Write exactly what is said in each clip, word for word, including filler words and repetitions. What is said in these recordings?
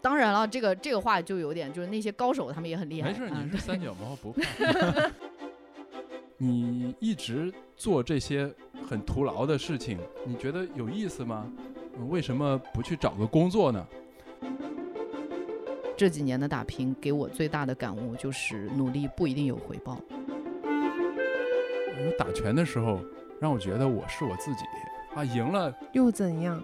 当然了，这个这个话就有点，就是那些高手他们也很厉害。 没事，你是三脚猫不怕。你一直做这些很徒劳的事情，你觉得有意思吗？为什么不去找个工作呢？ 这几年的打拼给我最大的感悟就是努力不一定有回报。 我打拳的时候让我觉得我是我自己啊，赢了又怎样？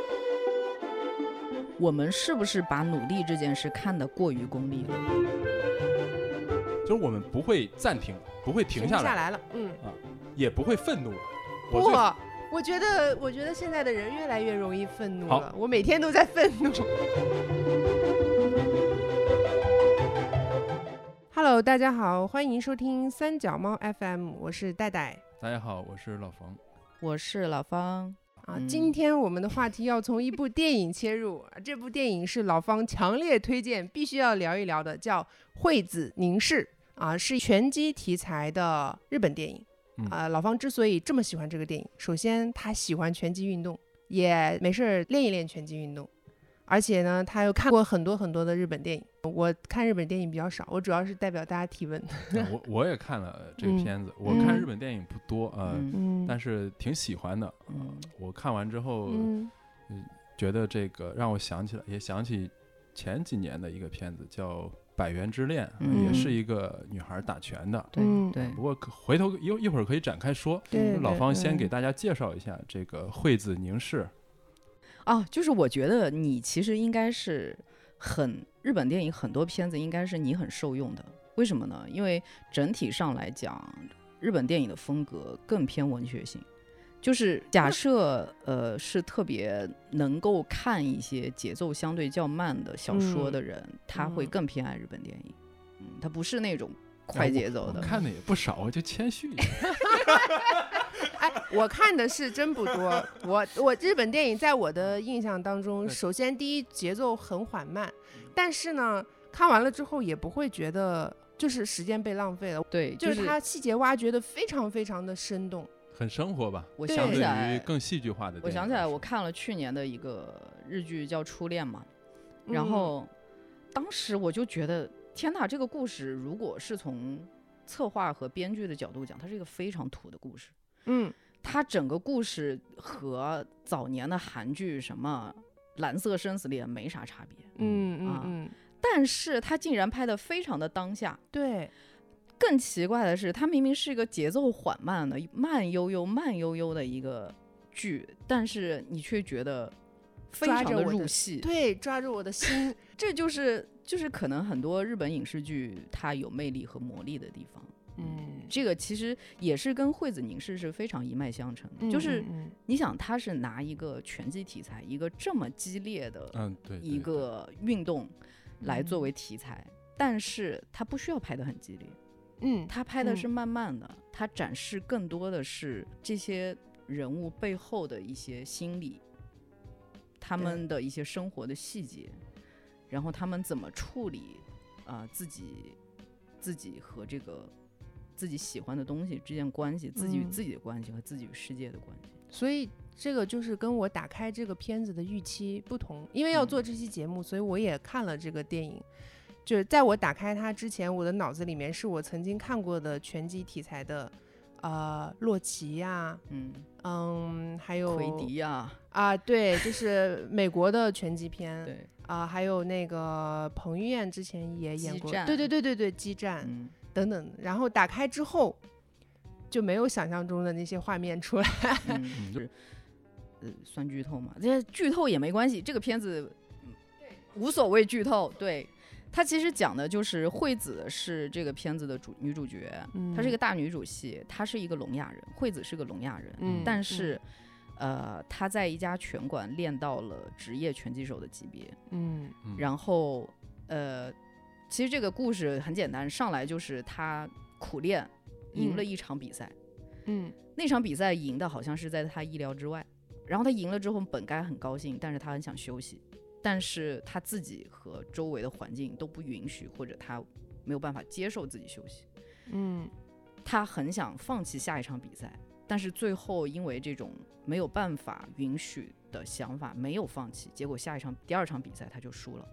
我们是不是把努力这件事看得过于功利了？ 就是我们不会暂停，不会停下来， 停下来了，嗯啊，也不会愤怒了。 不，我, 我觉得，我觉得现在的人越来越容易愤怒了。我每天都在愤怒。Hello， 大家好，欢迎收听三脚猫 F M， 我是戴戴。 大家好，我是老冯。 我是老方。 啊，今天我们的话题要从一部电影切入，这部电影是老方强烈推荐，必须要聊一聊的，叫《惠子凝视》啊，是拳击题材的日本电影。啊，老方之所以这么喜欢这个电影，首先他喜欢拳击运动，也没事练一练拳击运动，而且呢，他又看过很多很多的日本电影。我看日本电影比较少，我主要是代表大家提问。 啊、我我也看了这个片子，嗯、我看日本电影不多啊、呃嗯，但是挺喜欢的。嗯，我看完之后，嗯，觉得这个让我想起来，也想起前几年的一个片子叫《百元之恋》，嗯，也是一个女孩打拳的。 对对。 不过回头一一会儿可以展开说。 对。 老方先给大家介绍一下这个惠子凝视。 哦，就是我觉得你其实应该是很日本电影很多片子应该是你很受用的，为什么呢？因为整体上来讲，日本电影的风格更偏文学性。就是假设呃是特别能够看一些节奏相对较慢的小说的人，嗯、他会更偏爱日本电影。嗯，他不是那种快节奏的。 我看的也不少，我就谦虚一下。 哎，我看的是真不多。我我日本电影在我的印象当中，首先第一节奏很缓慢，但是呢，看完了之后也不会觉得就是时间被浪费了。 对， 就是、就是它细节挖掘的非常非常的生动， 很生活吧？ 我想起来， 于更戏剧化的电影。 我想起来，我看了去年的一个日剧叫《初恋》嘛，然后、嗯、当时我就觉得，天哪，这个故事如果是从策划和编剧的角度讲，它是一个非常土的故事。 嗯， 它整个故事和早年的韩剧什么蓝色生死恋没啥差别。 嗯嗯嗯、啊， 但是它竟然拍得非常的当下。 对， 更奇怪的是，它明明是一个节奏缓慢的、慢悠悠、慢悠悠的一个剧，但是你却觉得非常的入戏。 对，抓住我的心。 这就是就是可能很多日本影视剧它有魅力和魔力的地方。嗯，这个其实也是跟惠子凝视是非常一脉相承的。嗯、就是你想，他是拿一个拳击题材，一个这么激烈的一个运动来作为题材，嗯、但是他不需要拍得很激烈。 嗯， 他拍的是慢慢的，嗯、他展示更多的是这些人物背后的一些心理，他们的一些生活的细节，然后他们怎么处理啊、呃、自己自己和这个自己喜欢的东西之间关系，自己与自己的关系和自己与世界的关系。 所以这个就是跟我打开这个片子的预期不同，因为要做这期节目，嗯、所以我也看了这个电影。就是在我打开它之前，我的脑子里面是我曾经看过的拳击题材的，呃，洛奇呀、啊，嗯嗯，还有奎迪呀， 啊，对，就是美国的拳击片， 对啊，还有那个彭于晏之前也演过，对对对对对，激战。嗯等等，然后打开之后就没有想象中的那些画面出来。 嗯，就是呃，算剧透嘛？这剧透也没关系，这个片子无所谓剧透。对，它其实讲的就是惠子是这个片子的主女主角，嗯、她是一个大女主戏，她是一个聋哑人，惠子是个聋哑人，嗯、但是、嗯、呃，她在一家拳馆练到了职业拳击手的级别，嗯，然后呃。其实这个故事很简单，上来就是他苦练赢了一场比赛，嗯，那场比赛赢的好像是在他意料之外，然后他赢了之后本该很高兴，但是他很想休息，但是他自己和周围的环境都不允许，或者他没有办法接受自己休息，嗯，他很想放弃下一场比赛，但是最后因为这种没有办法允许的想法没有放弃，结果下一场第二场比赛他就输了。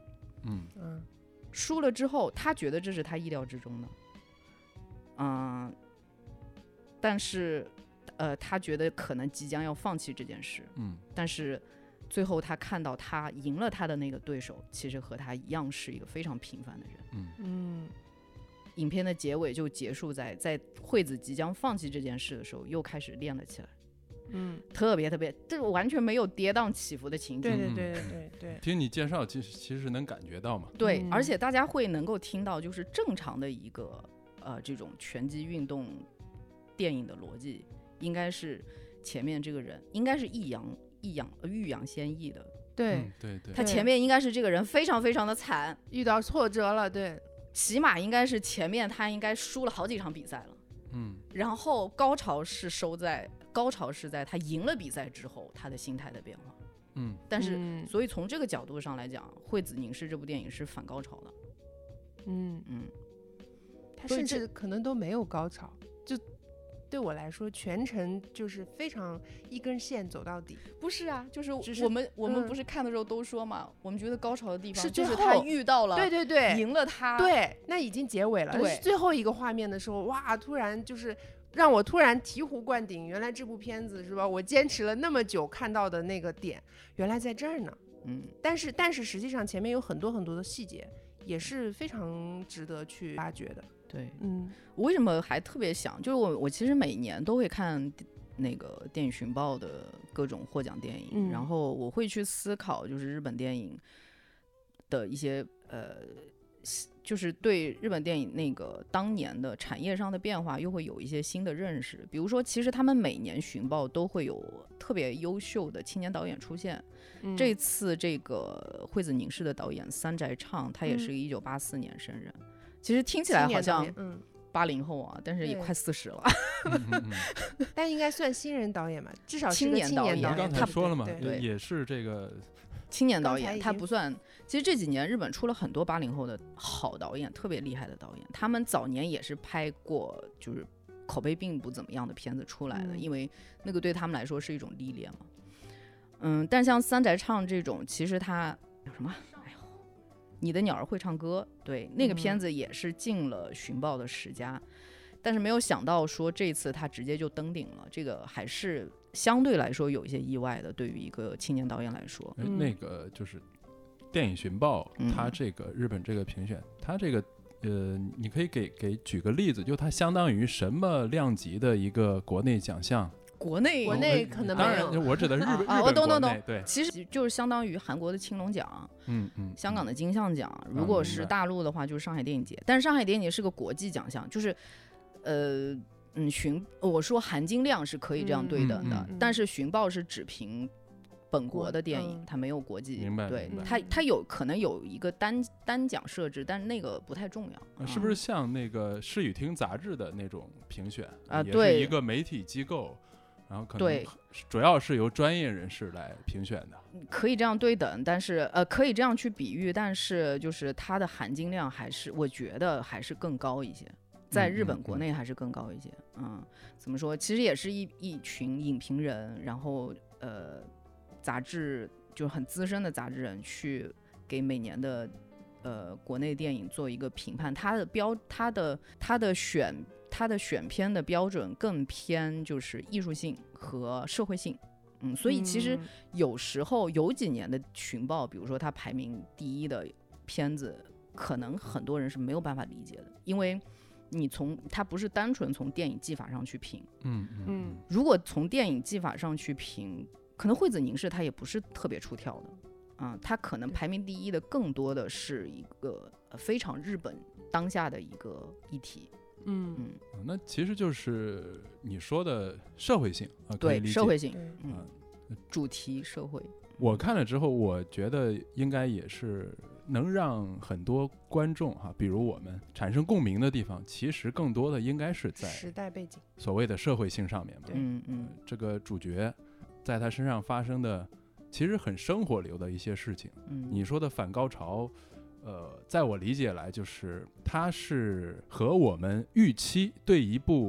嗯嗯， 输了之后，他觉得这是他意料之中的，嗯，但是呃，他觉得可能即将要放弃这件事， 嗯， 但是最后他看到他赢了他的那个对手，其实和他一样是一个非常平凡的人。 嗯嗯， 影片的结尾就结束在在惠子即将放弃这件事的时候，又开始练了起来。 嗯， 特别特别，这完全没有跌宕起伏的情景。 对对对对对对。 听你介绍，其实其实能感觉到嘛。 对， 嗯、 而且大家会能够听到，就是正常的一个呃这种拳击运动电影的逻辑，应该是前面这个人应该是抑扬抑扬欲扬先抑的。 对、 嗯、对对。 他前面应该是这个人非常非常的惨， 遇到挫折了，对， 起码应该是前面他应该输了好几场比赛了。 嗯， 然后高潮是收在高潮是在他赢了比赛之后，他的心态的变化。 嗯， 但是、 嗯、 所以从这个角度上来讲，惠子凝视这部电影是反高潮的。 嗯嗯， 他甚至可能都没有高潮，就对我来说，全程就是非常一根线走到底。 不是啊，就是是我们我们嗯不是看的时候都说嘛，我们觉得高潮的地方是就是他遇到了， 对对对， 赢了他， 对，那已经结尾了。 对， 最后一个画面的时候，哇，突然就是让我突然醍醐灌顶，原来这部片子是吧？我坚持了那么久看到的那个点，原来在这儿呢。 嗯， 但是但是实际上前面有很多很多的细节，也是非常值得去挖掘的。 对， 嗯， 我为什么还特别想，就是我我其实每年都会看那个电影寻报的各种获奖电影、 嗯， 然后我会去思考，就是日本电影的一些呃，就是对日本电影那个当年的产业上的变化，又会有一些新的认识。比如说，其实他们每年寻报都会有特别优秀的青年导演出现。 嗯、 这次这个惠子凝视的导演三宅唱，他也是一九八四年生人。嗯，其实听起来好像八零后啊，但是也快四十了。 但应该算新人导演嘛，至少是青年导演。 刚才说了嘛， 对， 也是这个青年导演，他不算。其实这几年日本出了很多八零后的好导演，特别厉害的导演。他们早年也是拍过就是口碑并不怎么样的片子出来的， 嗯、 因为那个对他们来说是一种历练嘛。嗯，但像三宅唱这种，其实他什么？哎呦，你的鸟儿会唱歌，对，那个片子也是进了寻报的十佳，嗯、但是没有想到说这次他直接就登顶了，这个还是相对来说有一些意外的，对于一个青年导演来说。 嗯、那个就是电影寻报， 嗯、 他这个日本这个评选，他这个呃，你可以给给举个例子，就它相当于什么量级的一个国内奖项？ 国内国内可能当然，我指的是日本、 啊、我懂懂懂， 对， 其实就是相当于韩国的青龙奖， 嗯嗯， 香港的金像奖，嗯、如果是大陆的话，就是上海电影节。但是上海电影节是个国际奖项，就是呃嗯寻，我说含金量是可以这样对等的， 嗯嗯嗯、但是寻报是只评本国的电影， 嗯、 它没有国际， 明白？ 对， 明白它它有可能有一个单单奖设置，但是那个不太重要。 是不是像那个视与听杂志的那种评选啊？ 对，一个媒体机构。然后可能主要是由专业人士来评选的， 可以这样对等，但是呃，可以这样去比喻，但是就是它的含金量还是我觉得还是更高一些，在日本国内还是更高一些。嗯，嗯嗯怎么说？其实也是一一群影评人，然后呃，杂志就很资深的杂志人去给每年的呃国内电影做一个评判，它的标，它的它的选。它的选片的标准更偏就是艺术性和社会性，嗯，所以其实有时候有几年的寻报，比如说它排名第一的片子，可能很多人是没有办法理解的，因为你从它不是单纯从电影技法上去评， 嗯嗯， 如果从电影技法上去评，可能惠子凝视它也不是特别出挑的，啊、嗯，它可能排名第一的更多的是一个非常日本当下的一个议题。 嗯嗯， 那其实就是你说的社会性啊， 对，社会性， 嗯、 呃，主题社会。 我看了之后，我觉得应该也是能让很多观众哈、啊，比如我们产生共鸣的地方，其实更多的应该是在时代背景， 所谓的社会性上面嘛。 嗯嗯、呃， 这个主角在他身上发生的其实很生活流的一些事情。 嗯， 你说的反高潮。呃，在我理解来，就是它是和我们预期对一部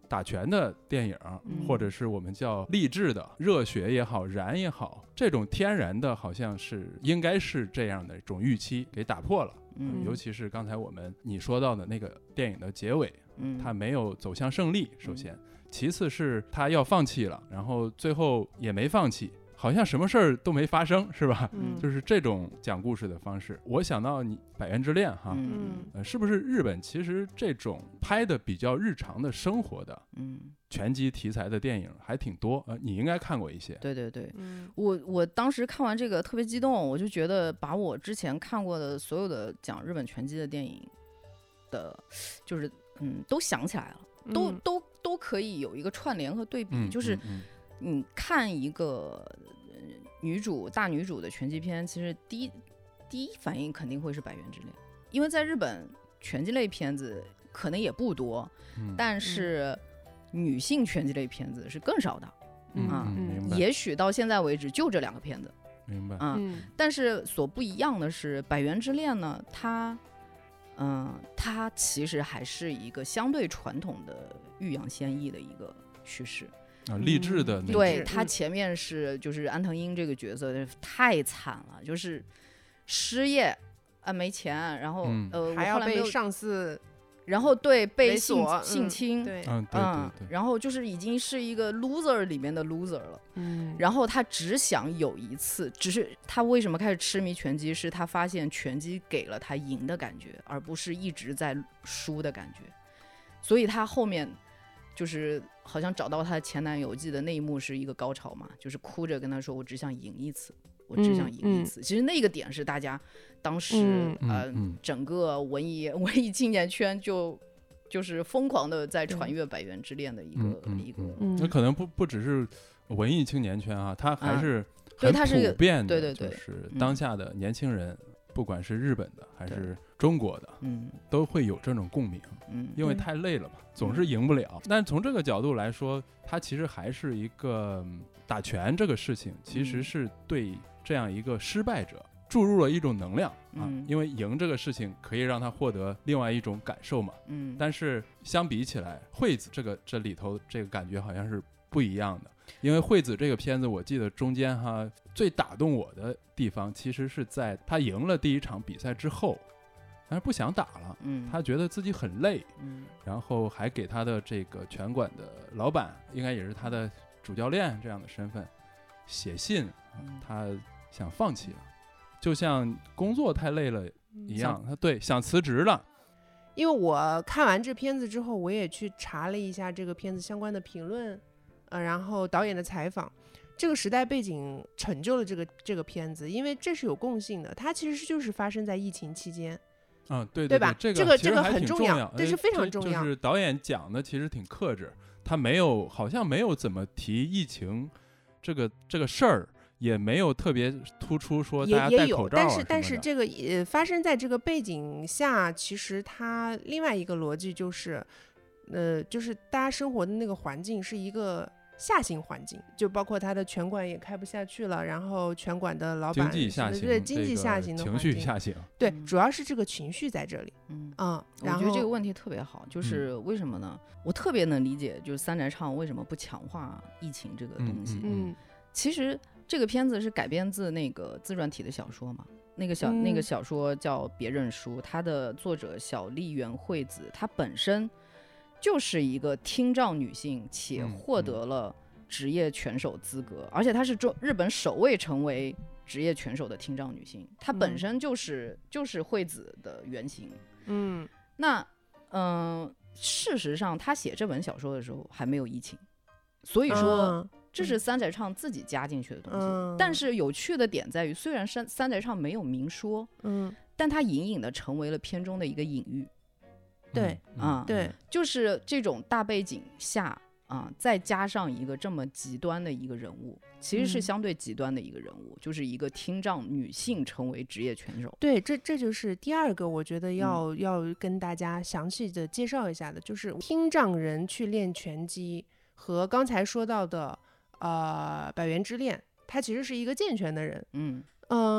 打拳的电影、嗯、或者是我们叫励志的热血也好燃也好，这种天然的好像是应该是这样的一种预期给打破了、嗯、尤其是刚才我们你说到的那个电影的结尾、嗯、他没有走向胜利，首先、嗯、其次是他要放弃了，然后最后也没放弃，好像什么事儿都没发生，是吧、嗯、就是这种讲故事的方式。我想到你百元之恋哈、嗯呃，是不是日本其实这种拍的比较日常的生活的嗯拳击题材的电影还挺多，呃，你应该看过一些。 对对对、嗯、我我当时看完这个特别激动，我就觉得把我之前看过的所有的讲日本拳击的电影的就是嗯都想起来了，都、嗯、都都可以有一个串联和对比、嗯、就是你看一个女主大女主的拳击片，其实第一第一反应肯定会是百元之恋，因为在日本拳击类片子可能也不多、嗯、但是女性拳击类片子是更少的、 嗯啊嗯、 也许到现在为止就这两个片子， 明白、 啊嗯、但是所不一样的是百元之恋呢，它嗯，它其实还是一个相对传统的欲扬先抑的一个叙事啊，励志的、 嗯、对，他前面是就是安藤樱这个角色太惨了，就是失业啊，没钱，然后、嗯、呃还要被上司， 然后对被性性侵， 嗯、对， 嗯对对对， 然后就是已经是一个 loser 里面的 loser 了，嗯，然后他只想有一次，只是他为什么开始痴迷拳击，是他发现拳击给了他赢的感觉，而不是一直在输的感觉，所以他后面。就是好像找到他前男友，记得那一幕是一个高潮嘛，就是哭着跟他说我只想赢一次，我只想赢一次、嗯嗯、其实那个点是大家当时、嗯、呃、嗯、整个文艺文艺青年圈就就是疯狂的在传阅百元之恋的一个、嗯、一个那、嗯、可能不不只是文艺青年圈啊，它还是很普遍的、 啊、对对对， 就是当下的年轻人、嗯、不管是日本的还是中国的，嗯，都会有这种共鸣，嗯，因为太累了嘛，总是赢不了。嗯、但从这个角度来说，它其实还是一个打拳这个事情，其实是对这样一个失败者注入了一种能量、嗯、啊，因为赢这个事情可以让他获得另外一种感受嘛，嗯，但是相比起来，惠子这个这里头这个感觉好像是不一样的。因为惠子这个片子我记得中间哈最打动我的地方其实是在他赢了第一场比赛之后，但是不想打了，嗯，他觉得自己很累，嗯，然后还给他的这个拳馆的老板，应该也是他的主教练这样的身份写信、嗯、他想放弃了，就像工作太累了一样，他对想辞职了。 因为我看完这片子之后，我也去查了一下这个片子相关的评论，呃，然后导演的采访，这个时代背景成就了这个这个片子，因为这是有共性的，它其实就是发生在疫情期间。 嗯，对对吧？ 这个这个这个很重要， 这是非常重要。 就是导演讲的其实挺克制，他没有好像没有怎么提疫情这个这个事儿，也没有特别突出说大家戴口罩啊什么的。 也也有，但是但是这个呃发生在这个背景下，其实它另外一个逻辑就是，呃，就是大家生活的那个环境是一个下行环境，就包括他的拳馆也开不下去了，然后拳馆的老板经济下行， 对经济下行的情绪下行， 对、嗯，主要是这个情绪在这里。嗯嗯， 我觉得这个问题特别好，就是为什么呢？嗯、我特别能理解，就是三宅唱为什么不强化疫情这个东西。嗯，嗯其实这个片子是改编自那个自传体的小说嘛，那个小、嗯、那个小说叫《别认输》，它的作者小笠原惠子，她本身就是一个听障女性，且获得了职业拳手资格、嗯嗯、而且她是中日本首位成为职业拳手的听障女性，她本身就是、嗯、就是惠子的原型。嗯，那嗯、呃，事实上她写这本小说的时候还没有疫情，所以说、嗯、这是三宅唱自己加进去的东西、嗯、但是有趣的点在于，虽然三三宅唱没有明说，嗯，但他隐隐的成为了片中的一个隐喻。 对啊、 嗯，对， 就是这种大背景下啊，再加上一个这么极端的一个人物，其实是相对极端的一个人物，嗯、就是一个听障女性成为职业拳手。 对，这这就是第二个，我觉得要、嗯、要跟大家详细的介绍一下的，就是听障人去练拳击和刚才说到的呃百元之恋，他其实是一个健全的人。嗯嗯、呃，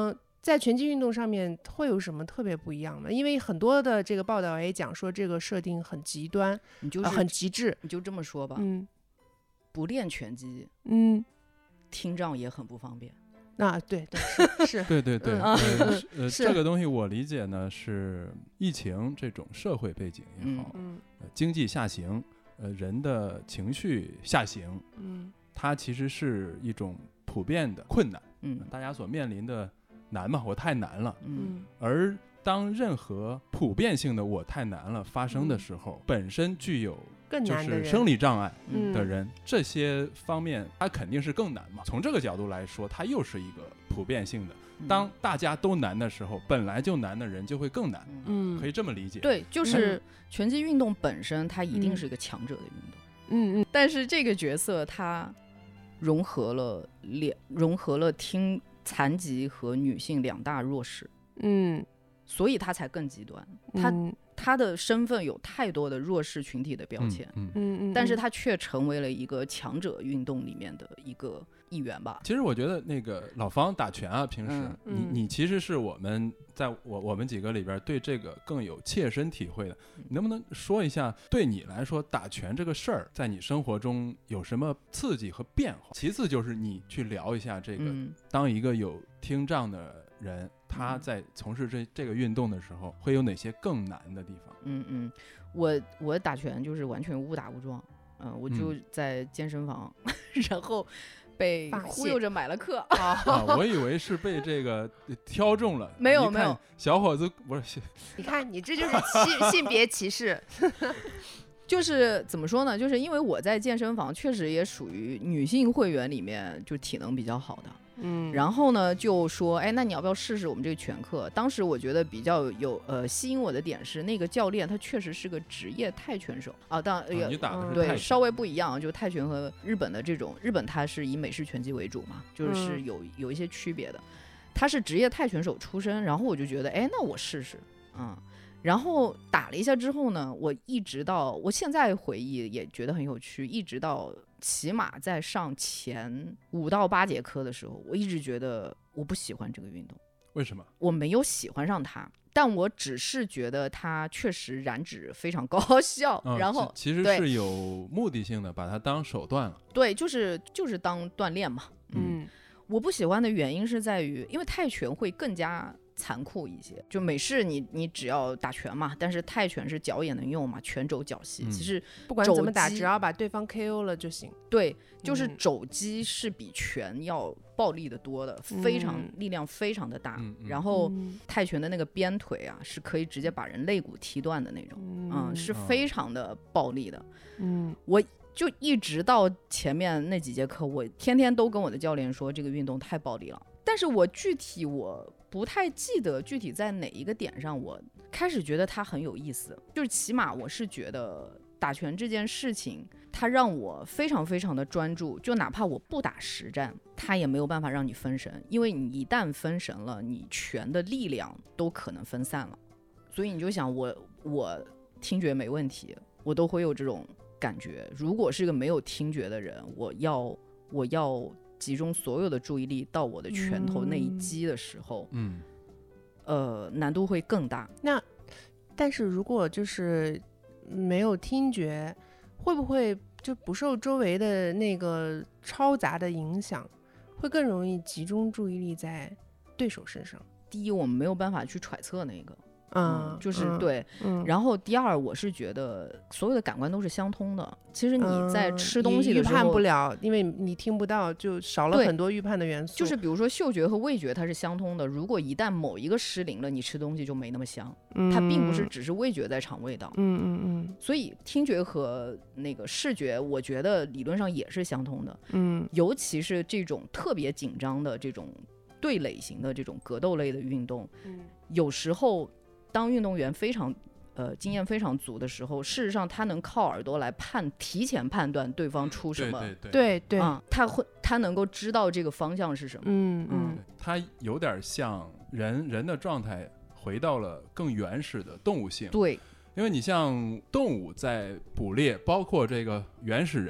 在拳击运动上面会有什么特别不一样吗？因为很多的这个报道也讲说这个设定很极端， 你就是、 呃、很极致。 你就这么说吧， 嗯， 不练拳击， 嗯， 听障也很不方便。 啊，对对是是， 对对对， 嗯呃嗯呃，这个东西我理解呢是疫情这种社会背景也好， 嗯呃、经济下行，呃，人的情绪下行， 嗯， 它其实是一种普遍的困难， 嗯， 大家所面临的难嘛，我太难了， 嗯， 而当任何普遍性的我太难了发生的时候，嗯、本身具有就是生理障碍的人， 嗯、 这些方面它肯定是更难嘛。从这个角度来说，它又是一个普遍性的。当大家都难的时候，本来就难的人就会更难。嗯，可以这么理解。 对，就是拳击运动本身，它一定是一个强者的运动。 嗯嗯。 但是这个角色它融合了两融合了听残疾和女性两大弱势。 嗯。 所以他才更极端，他、嗯、他的身份有太多的弱势群体的标签， 嗯嗯嗯， 但是他却成为了一个强者运动里面的一个一员吧。 其实我觉得那个老方打拳啊，平时、嗯、你你其实是我们在我我们几个里边对这个更有切身体会的，你能不能说一下对你来说打拳这个事儿在你生活中有什么刺激和变化？其次就是你去聊一下这个、嗯、当一个有听障的人他在从事这这个运动的时候会有哪些更难的地方？ 嗯嗯，我我打拳就是完全误打误撞，嗯、呃，我就在健身房，嗯、然后被忽悠着买了课啊，我以为是被这个挑中了， 没有没有， 小伙子不是， 你看你这就是性性别歧视。 就是怎么说呢？就是因为我在健身房确实也属于女性会员里面就体能比较好的，嗯，然后呢就说，哎，那你要不要试试我们这个拳课？当时我觉得比较有呃吸引我的点是，那个教练他确实是个职业泰拳手啊，当然、 哦、你打的是泰拳、 嗯、对，稍微不一样，就泰拳和日本的这种，日本它是以美式拳击为主嘛，就是有有一些区别的。他是职业泰拳手出身，然后我就觉得，哎，那我试试，嗯。然后打了一下之后呢，我一直到我现在回忆也觉得很有趣，一直到起码在上前五到八节课的时候，我一直觉得我不喜欢这个运动。 为什么？ 我没有喜欢上它，但我只是觉得它确实燃脂非常高效， 嗯、 然后其实是有目的性的，把它当手段了。 对，就是就是当锻炼嘛。嗯，嗯我不喜欢的原因是在于，因为泰拳会更加残酷一些，就美式你你只要打拳嘛，但是泰拳是脚也能用嘛，拳肘脚膝、嗯、其实不管怎么打只要把对方 K O 了就行。 对，就是肘击是比拳要暴力的多的、嗯、非常力量非常的大、嗯、然后、嗯、泰拳的那个鞭腿啊是可以直接把人肋骨踢断的那种， 嗯, 嗯是非常的暴力的。嗯，我就一直到前面那几节课，我天天都跟我的教练说这个运动太暴力了，但是我具体我不太记得具体在哪一个点上我开始觉得它很有意思，就是起码我是觉得打拳这件事情它让我非常非常的专注，就哪怕我不打实战它也没有办法让你分神，因为你一旦分神了你拳的力量都可能分散了，所以你就想我我听觉没问题我都会有这种感觉，如果是一个没有听觉的人，我要我要集中所有的注意力到我的拳头那一击的时候，嗯，呃，难度会更大。 那但是如果就是没有听觉，会不会就不受周围的那个嘈杂的影响，会更容易集中注意力在对手身上？ 第一，我们没有办法去揣测那个。 嗯, 嗯，就是嗯对、嗯，然后第二，我是觉得所有的感官都是相通的。其实你在吃东西的时候、 嗯、预判不了，因为你听不到，就少了很多预判的元素。 就是比如说嗅觉和味觉它是相通的，如果一旦某一个失灵了，你吃东西就没那么香。嗯、它并不是只是味觉在尝味道。 嗯嗯嗯。 所以听觉和那个视觉，我觉得理论上也是相通的。嗯，尤其是这种特别紧张的这种对垒型的这种格斗类的运动，嗯，有时候。当运动员非常呃经验非常足的时候，事实上他能靠耳朵来判提前判断对方出什么， 对对对对、 嗯，他会他能够知道这个方向是什么， 嗯嗯， 他有点像人人的状态回到了更原始的动物性， 对， 因为你像动物在捕猎，包括这个原始人，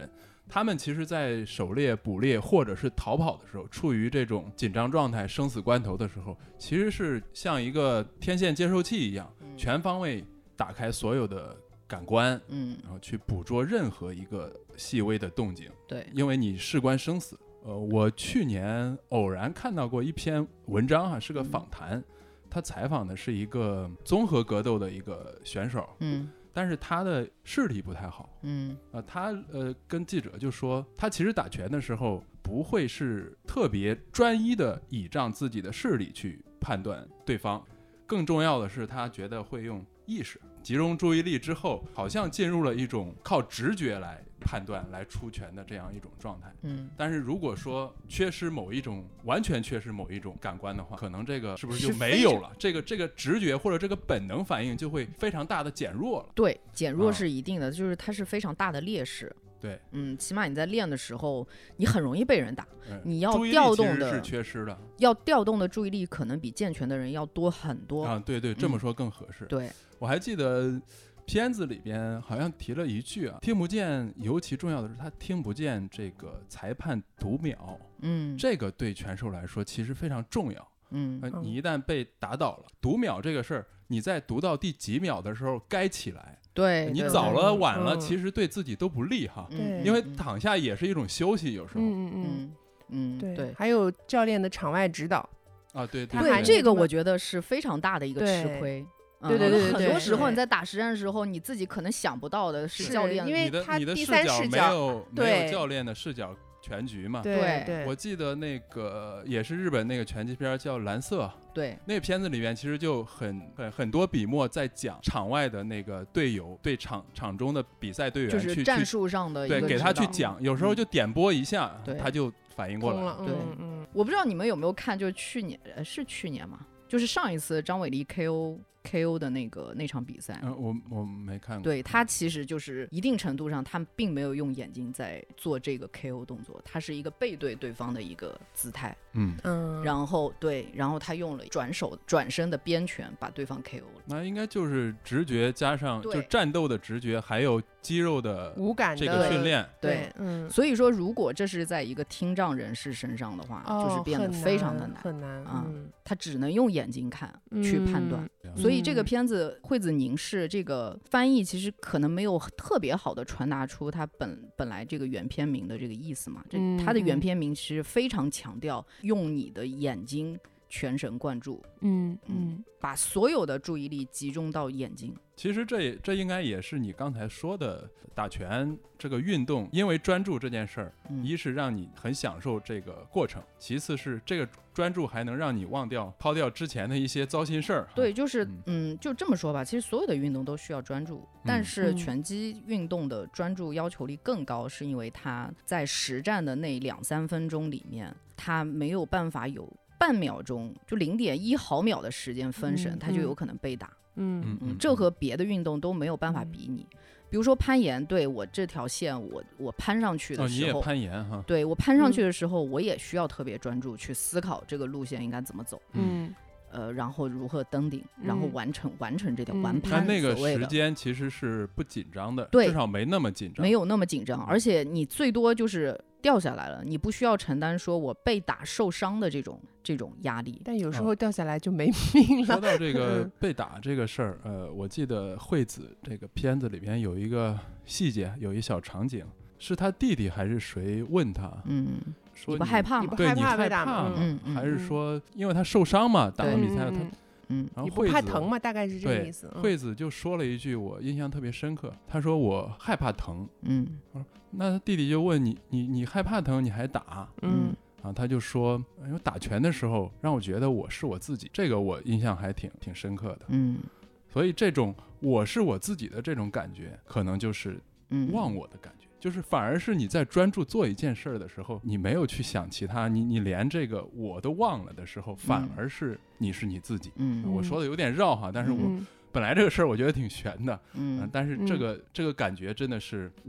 他们其实在狩猎捕猎或者是逃跑的时候，处于这种紧张状态生死关头的时候，其实是像一个天线接收器一样、嗯、全方位打开所有的感官，嗯，然后去捕捉任何一个细微的动静。 对， 因为你事关生死。呃，我去年偶然看到过一篇文章啊，是个访谈，他采访的是一个综合格斗的一个选手，嗯，但是他的视力不太好，嗯，呃，他呃跟记者就说，他其实打拳的时候不会是特别专一的倚仗自己的视力去判断对方，更重要的是他觉得会用意识集中注意力之后，好像进入了一种靠直觉来判断来出拳的这样一种状态。嗯，但是如果说缺失某一种完全缺失某一种感官的话，可能这个是不是就没有了？这个这个直觉或者这个本能反应就会非常大的减弱了。 对，减弱是一定的，嗯、就是它是非常大的劣势。 对， 嗯，起码你在练的时候，你很容易被人打， 嗯、 你要调动的注意力其实是缺失的， 要调动的注意力可能比健全的人要多很多啊。对对，这么说更合适。 嗯、对， 我还记得片子里边好像提了一句啊，听不见，尤其重要的是他听不见这个裁判读秒，嗯，这个对拳手来说其实非常重要。嗯、呃，你一旦被打倒了，读秒这个事儿，你在读到第几秒的时候该起来。 对， 你早了晚了、嗯、其实对自己都不利哈， 嗯、 因为躺下也是一种休息，有时候嗯嗯嗯对对， 还有教练的场外指导啊，对对对, 对，这个我觉得是非常大的一个吃亏。 对对 对, 对, 对， 很多时候你在打实战的时候，你自己可能想不到的是教练， 因为他第三视角没有没有教练的视角全局嘛。 对对， 我记得那个也是日本那个拳击片叫《蓝色》， 对， 那个片子里面其实就很很很多笔墨在讲场外的那个队友对场场中的比赛队员去就是战术上的一个对给他去讲，有时候就点拨一下， 嗯、 他就反应过来了。 对，嗯，我不知道你们有没有看，就去年呃是去年吗？就是上一次张伟丽 K O K O 的那个那场比赛， 嗯，我我没看过。 对，他其实就是一定程度上，他并没有用眼睛在做这个 K O 动作，他是一个背对对方的一个姿态，嗯嗯，然后对，然后他用了转手转身的边拳把对方 K O 了。 那应该就是直觉加上就战斗的直觉，还有肌肉的无感这个训练。 对，对嗯，所以说如果这是在一个听障人士身上的话， 哦、 就是变得非常的难， 很难啊、 嗯， 他只能用眼睛看、嗯、去判断。所以这个片子惠子凝视这个翻译其实可能没有特别好的传达出它本本来这个原片名的这个意思嘛。这它的原片名其实非常强调用你的眼睛全神贯注，嗯嗯，把所有的注意力集中到眼睛。 其实这这应该也是你刚才说的打拳这个运动，因为专注这件事儿、嗯，一是让你很享受这个过程，其次是这个专注还能让你忘掉抛掉之前的一些糟心事儿。 对，就是嗯, 嗯，就这么说吧，其实所有的运动都需要专注，但是拳击运动的专注要求力更高，是因为它在实战的那两三分钟里面，它没有办法有半秒钟就零点一毫秒的时间分神，它就有可能被打。嗯嗯，这和别的运动都没有办法比拟。嗯、比如说攀岩，对我这条线我我攀上去的时候， 哦、你也攀岩哈？ 对我攀上去的时候、嗯，我也需要特别专注去思考这个路线应该怎么走。嗯。呃，然后如何登顶，然后完成、嗯、完成这条完攀、嗯。 那个时间其实是不紧张的， 对， 至少没那么紧张， 没有那么紧张，而且你最多就是掉下来了，你不需要承担说我被打受伤的这种这种压力。 但有时候掉下来就没命了。 说到这个被打这个事儿，呃，我记得惠子这个片子里边有一个细节，有一小场景，是他弟弟还是谁问他， 嗯。 说你不害怕吗？ 对， 你害怕吗？嗯嗯、还是说因为他受伤嘛，打完比赛他， 嗯， 然后你不怕疼吗？大概是这个意思。 惠子就说了一句我印象特别深刻，他说我害怕疼。嗯，那弟弟就问你，你你害怕疼你还打？嗯，然后他就说，因为打拳的时候让我觉得我是我自己，这个我印象还挺挺深刻的。嗯，所以这种我是我自己的这种感觉，可能就是忘我的感觉。嗯，就是反而是你在专注做一件事儿的时候，你没有去想其他，你你连这个我都忘了的时候，反而是你是你自己。嗯，我说的有点绕哈，但是我、嗯、本来这个事儿我觉得挺悬的。嗯，呃、但是这个、嗯、这个感觉真的是我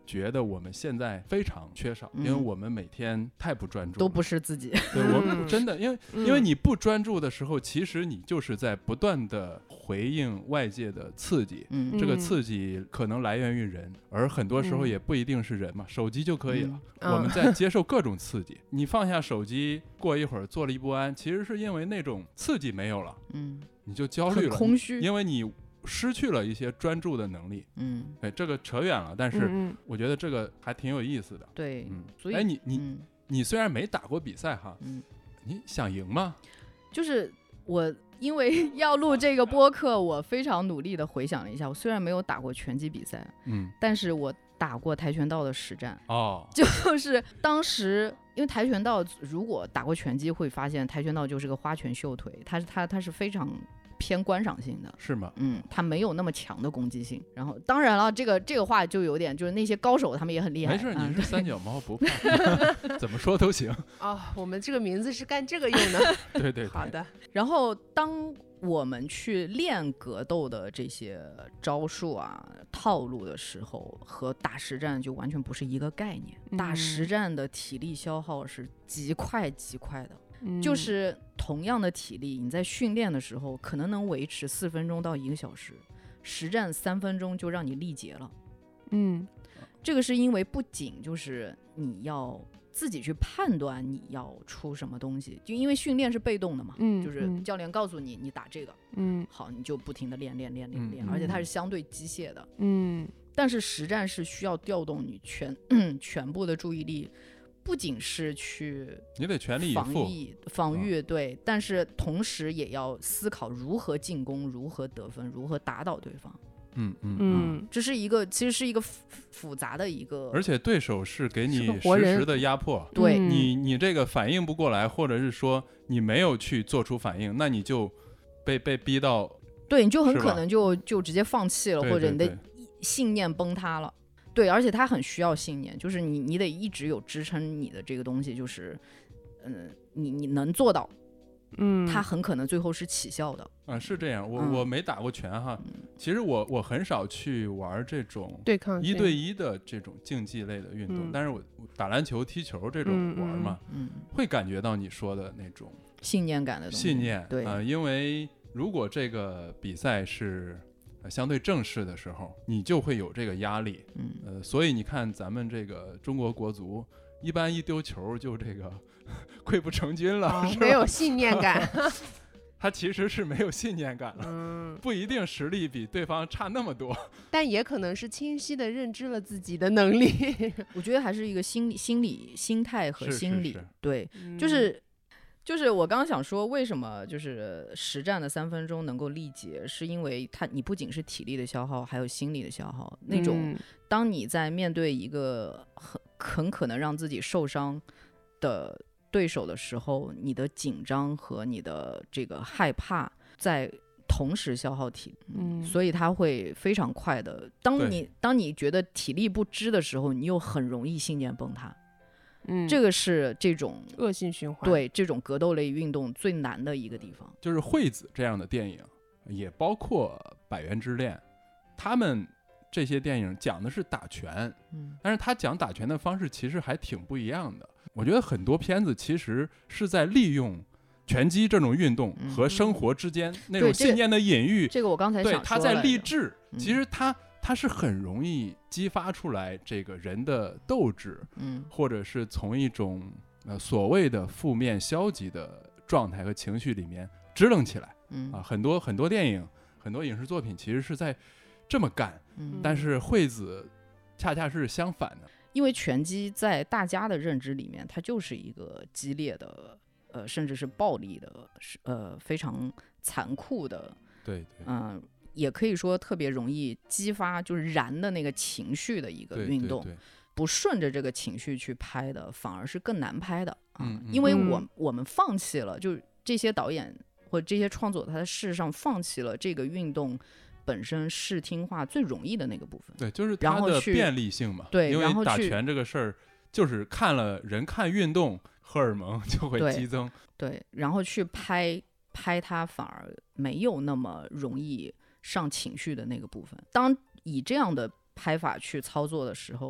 觉得我们现在非常缺少， 嗯、 因为我们每天太不专注了， 都不是自己。 对，我们真的，因为、嗯、因为你不专注的时候，其实你就是在不断的回应外界的刺激。嗯，这个刺激可能来源于人，而很多时候也不一定是人嘛，嗯、手机就可以了。嗯、我们在接受各种刺激，你放下手机，过一会儿坐立不安，其实是因为那种刺激没有了，嗯，你就焦虑了， 空虚， 因为你失去了一些专注的能力。嗯，哎，这个扯远了，但是我觉得这个还挺有意思的。 对， 嗯， 所以哎，你你、嗯、你虽然没打过比赛哈，嗯，你想赢吗？ 就是我因为要录这个播客，我非常努力的回想了一下，我虽然没有打过拳击比赛，嗯，但是我打过跆拳道的实战。哦，就是当时因为跆拳道，如果打过拳击会发现跆拳道就是个花拳绣腿，它是它它是非常偏观赏性的， 是吗？ 嗯，它没有那么强的攻击性。然后当然了，这个这个话就有点，就是那些高手他们也很厉害。 没事，你是三脚猫不怕，怎么说都行。 哦，我们这个名字是干这个用的。 对, 对对。 好的。 然后当我们去练格斗的这些招数啊、套路的时候，和打实战就完全不是一个概念。嗯、打实战的体力消耗是极快极快的。就是同样的体力，你在训练的时候可能能维持四分钟到一个小时，实战三分钟就让你力竭了。嗯，这个是因为不仅就是你要自己去判断你要出什么东西，就因为训练是被动的嘛，嗯，就是教练告诉你你打这个，嗯，好，你就不停的练练练练练，嗯、而且它是相对机械的，嗯，但是实战是需要调动你全、嗯、全部的注意力。不仅是去你得全力以赴防御防御、嗯、对，但是同时也要思考如何进攻、如何得分、如何打倒对方。 嗯嗯嗯，这是一个其实是一个复杂的一个， 而且对手是给你实时的压迫， 对你你这个反应不过来，或者是说你没有去做出反应，那你就被被逼到， 对，你就很可能就就直接放弃了， 对对对， 或者你的信念崩塌了。对，而且它很需要信念，就是你你得一直有支撑你的这个东西，就是嗯、呃，你你能做到，嗯，它很可能最后是起效的。 啊，是这样，我、嗯、我没打过拳哈，嗯、其实我我很少去玩这种对抗一对一的这种竞技类的运动，嗯、但是我打篮球、踢球这种玩嘛，嗯，会感觉到你说的那种信念感的东西， 信念， 对啊、呃，因为如果这个比赛是相对正式的时候，你就会有这个压力，嗯，呃，所以你看咱们这个中国国足，一般一丢球就这个溃不成军了， 哦、没有信念感。 他其实是没有信念感了，嗯，不一定实力比对方差那么多， 但也可能是清晰的认知了自己的能力。 我觉得还是一个心理、心理、心态和心理， 是是是对，嗯、就是。就是我刚刚想说，为什么就是实战的三分钟能够力竭，是因为它你不仅是体力的消耗，还有心理的消耗。那种当你在面对一个很很可能让自己受伤的对手的时候，你的紧张和你的这个害怕在同时消耗体力，嗯，所以它会非常快的。当你当你觉得体力不支的时候，你又很容易信念崩塌。嗯，这个是这种恶性循环， 对这种格斗类运动最难的一个地方。 就是惠子这样的电影，也包括百元之恋，他们这些电影讲的是打拳，嗯，但是他讲打拳的方式其实还挺不一样的。我觉得很多片子其实是在利用拳击这种运动和生活之间那种信念的隐喻， 嗯、这, 这个我刚才想说对他在励志，嗯、其实他。它是很容易激发出来这个人的斗志，嗯，或者是从一种呃所谓的负面消极的状态和情绪里面支棱起来，嗯啊，很多很多电影、很多影视作品其实是在这么干，嗯，但是惠子恰恰是相反的， 因为拳击在大家的认知里面，它就是一个激烈的，呃，甚至是暴力的，呃，非常残酷的， 对对， 嗯、呃。也可以说特别容易激发就是燃的那个情绪的一个运动， 对对对， 不顺着这个情绪去拍的反而是更难拍的啊， 嗯嗯、 因为我、嗯、我们放弃了，就这些导演或者这些创作者，他在事实上放弃了这个运动本身视听化最容易的那个部分， 对，就是它的便利性嘛， 对， 因为打拳这个事儿就是看了人看运动，荷尔蒙就会激增， 对，对，然后去拍拍它反而没有那么容易上情绪的那个部分。当以这样的拍法去操作的时候，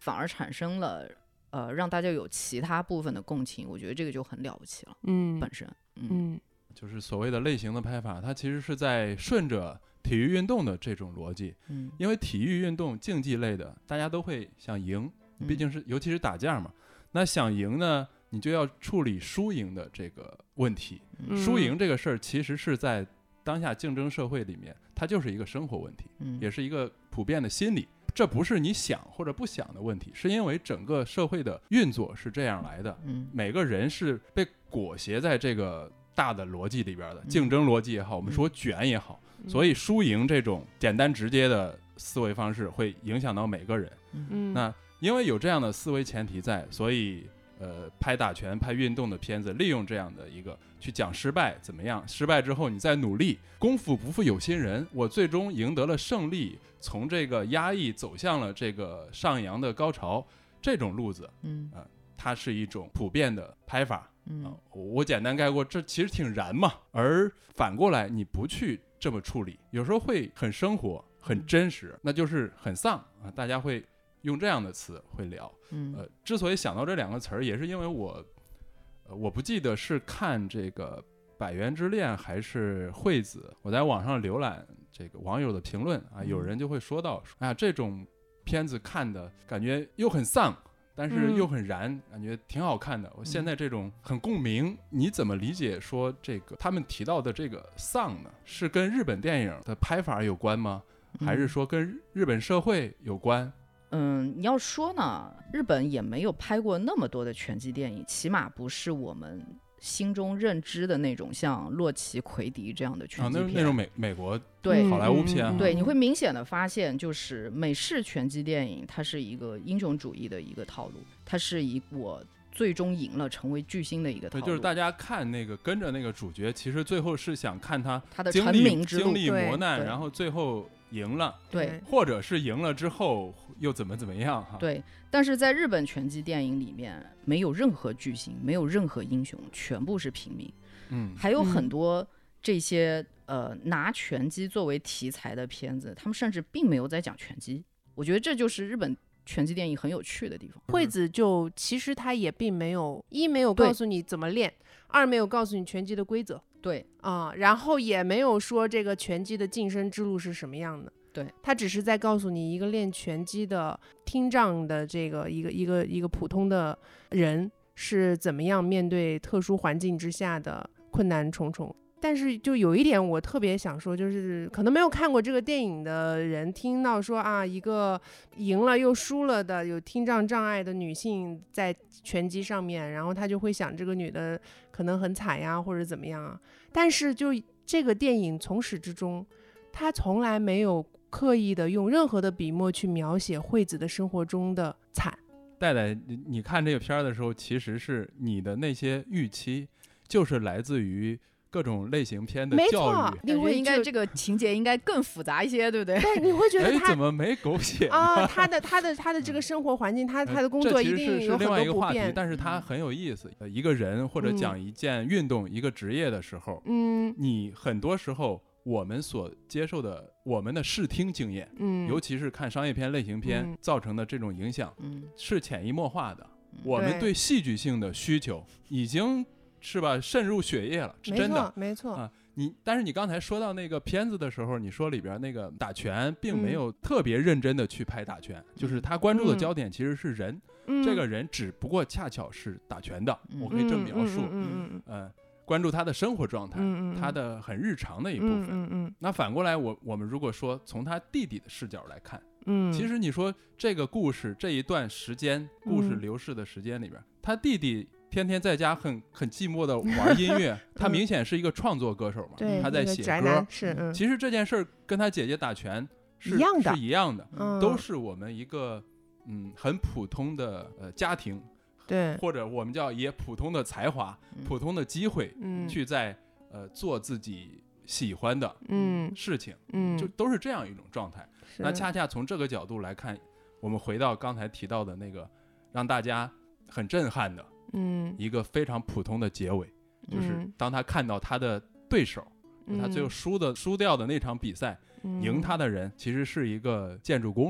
反而产生了呃让大家有其他部分的共情，我觉得这个就很了不起了。嗯，本身嗯。 嗯， 就是所谓的类型的拍法，它其实是在顺着体育运动的这种逻辑。嗯，因为体育运动竞技类的，大家都会想赢，毕竟是、嗯、尤其是打架嘛。那想赢呢，你就要处理输赢的这个问题。嗯、输赢这个事儿，其实是在当下竞争社会里面，它就是一个生活问题，嗯、也是一个普遍的心理。这不是你想或者不想的问题，是因为整个社会的运作是这样来的。嗯，每个人是被裹挟在这个大的逻辑里边的，竞争逻辑也好，我们说卷也好，嗯、所以输赢这种简单直接的思维方式会影响到每个人。嗯，那因为有这样的思维前提在，所以呃，拍打拳、拍运动的片子，利用这样的一个去讲失败怎么样，失败之后你再努力，功夫不负有心人，我最终赢得了胜利，从这个压抑走向了这个上扬的高潮，这种路子，嗯、呃，它是一种普遍的拍法。嗯、呃，我简单概括，这其实挺燃嘛。而反过来，你不去这么处理，有时候会很生活、很真实，那就是很丧啊。大家会用这样的词会聊。嗯，呃，之所以想到这两个词儿，也是因为我，呃，我不记得是看这个《百元之恋》还是惠子，我在网上浏览这个网友的评论啊，有人就会说到，哎呀，这种片子看的感觉又很丧，但是又很燃，嗯、感觉挺好看的。我现在这种很共鸣，你怎么理解说这个他们提到的这个丧呢？是跟日本电影的拍法有关吗？还是说跟日本社会有关？ 嗯，你要说呢，日本也没有拍过那么多的拳击电影，起码不是我们心中认知的那种像洛奇、奎迪这样的拳击片。啊、 那, 那种美美国对好莱坞片、啊， 对，你会明显的发现，就是美式拳击电影，它是一个英雄主义的一个套路，它是以我最终赢了成为巨星的一个套路。 对，就是大家看那个跟着那个主角，其实最后是想看他他的成名之路， 经历磨难，然后最后赢了， 对， 或者是赢了之后又怎么怎么样哈？ 对，但是在日本拳击电影里面，没有任何巨星，没有任何英雄，全部是平民。嗯，还有很多这些、嗯、呃拿拳击作为题材的片子，他们甚至并没有在讲拳击。我觉得这就是日本拳击电影很有趣的地方。 惠子就其实他也并没有一没有告诉你怎么练，二没有告诉你拳击的规则。 对啊、呃，然后也没有说这个拳击的晋升之路是什么样的。 对， 他只是在告诉你一个练拳击的听障的这个一个一个一个普通的人是怎么样面对特殊环境之下的困难重重。但是就有一点我特别想说，就是可能没有看过这个电影的人听到说啊，一个赢了又输了的有听障障碍的女性在拳击上面，然后他就会想这个女的可能很惨呀或者怎么样啊。但是就这个电影从始至终他从来没有刻意的用任何的笔墨去描写惠子的生活中的惨。 戴戴，你你看这个片的时候，其实是你的那些预期就是来自于各种类型片的教育， 你会应该这个情节应该更复杂一些，对不对？ 对，你会觉得他怎么没狗血啊？他的他的他的这个生活环境，他他的工作一定有很多不便。 但是他很有意思，一个人或者讲一件运动、嗯、一个职业的时候，嗯，你很多时候我们所接受的我们的视听经验，嗯，尤其是看商业片、类型片、嗯、造成的这种影响，嗯，是潜移默化的。嗯、我们对戏剧性的需求已经。是吧？渗入血液了，是真的， 没错啊。你但是你刚才说到那个片子的时候，你说里边那个打拳并没有特别认真的去拍打拳，嗯、就是他关注的焦点其实是人，嗯、这个人只不过恰巧是打拳的，嗯、我可以这么描述，嗯嗯嗯嗯呃，关注他的生活状态，嗯嗯他的很日常的一部分。嗯嗯嗯那反过来我，我我们如果说从他弟弟的视角来看，嗯，其实你说这个故事这一段时间，故事流逝的时间里边，嗯、他弟弟。天天在家很很寂寞的玩音乐，他明显是一个创作歌手嘛， 对， 他在写歌。 是、嗯， 其实这件事跟他姐姐打拳是一样的， 是一样的， 嗯、 都是我们一个嗯很普通的呃家庭， 对， 或者我们叫也普通的才华、嗯、普通的机会，嗯，去在呃做自己喜欢的嗯事情，嗯，就都是这样一种状态。那恰恰从这个角度来看，我们回到刚才提到的那个让大家很震撼的。嗯，一个非常普通的结尾，嗯、就是当他看到他的对手，嗯、他最后输的输掉的那场比赛，嗯、赢他的人其实是一个建筑工人，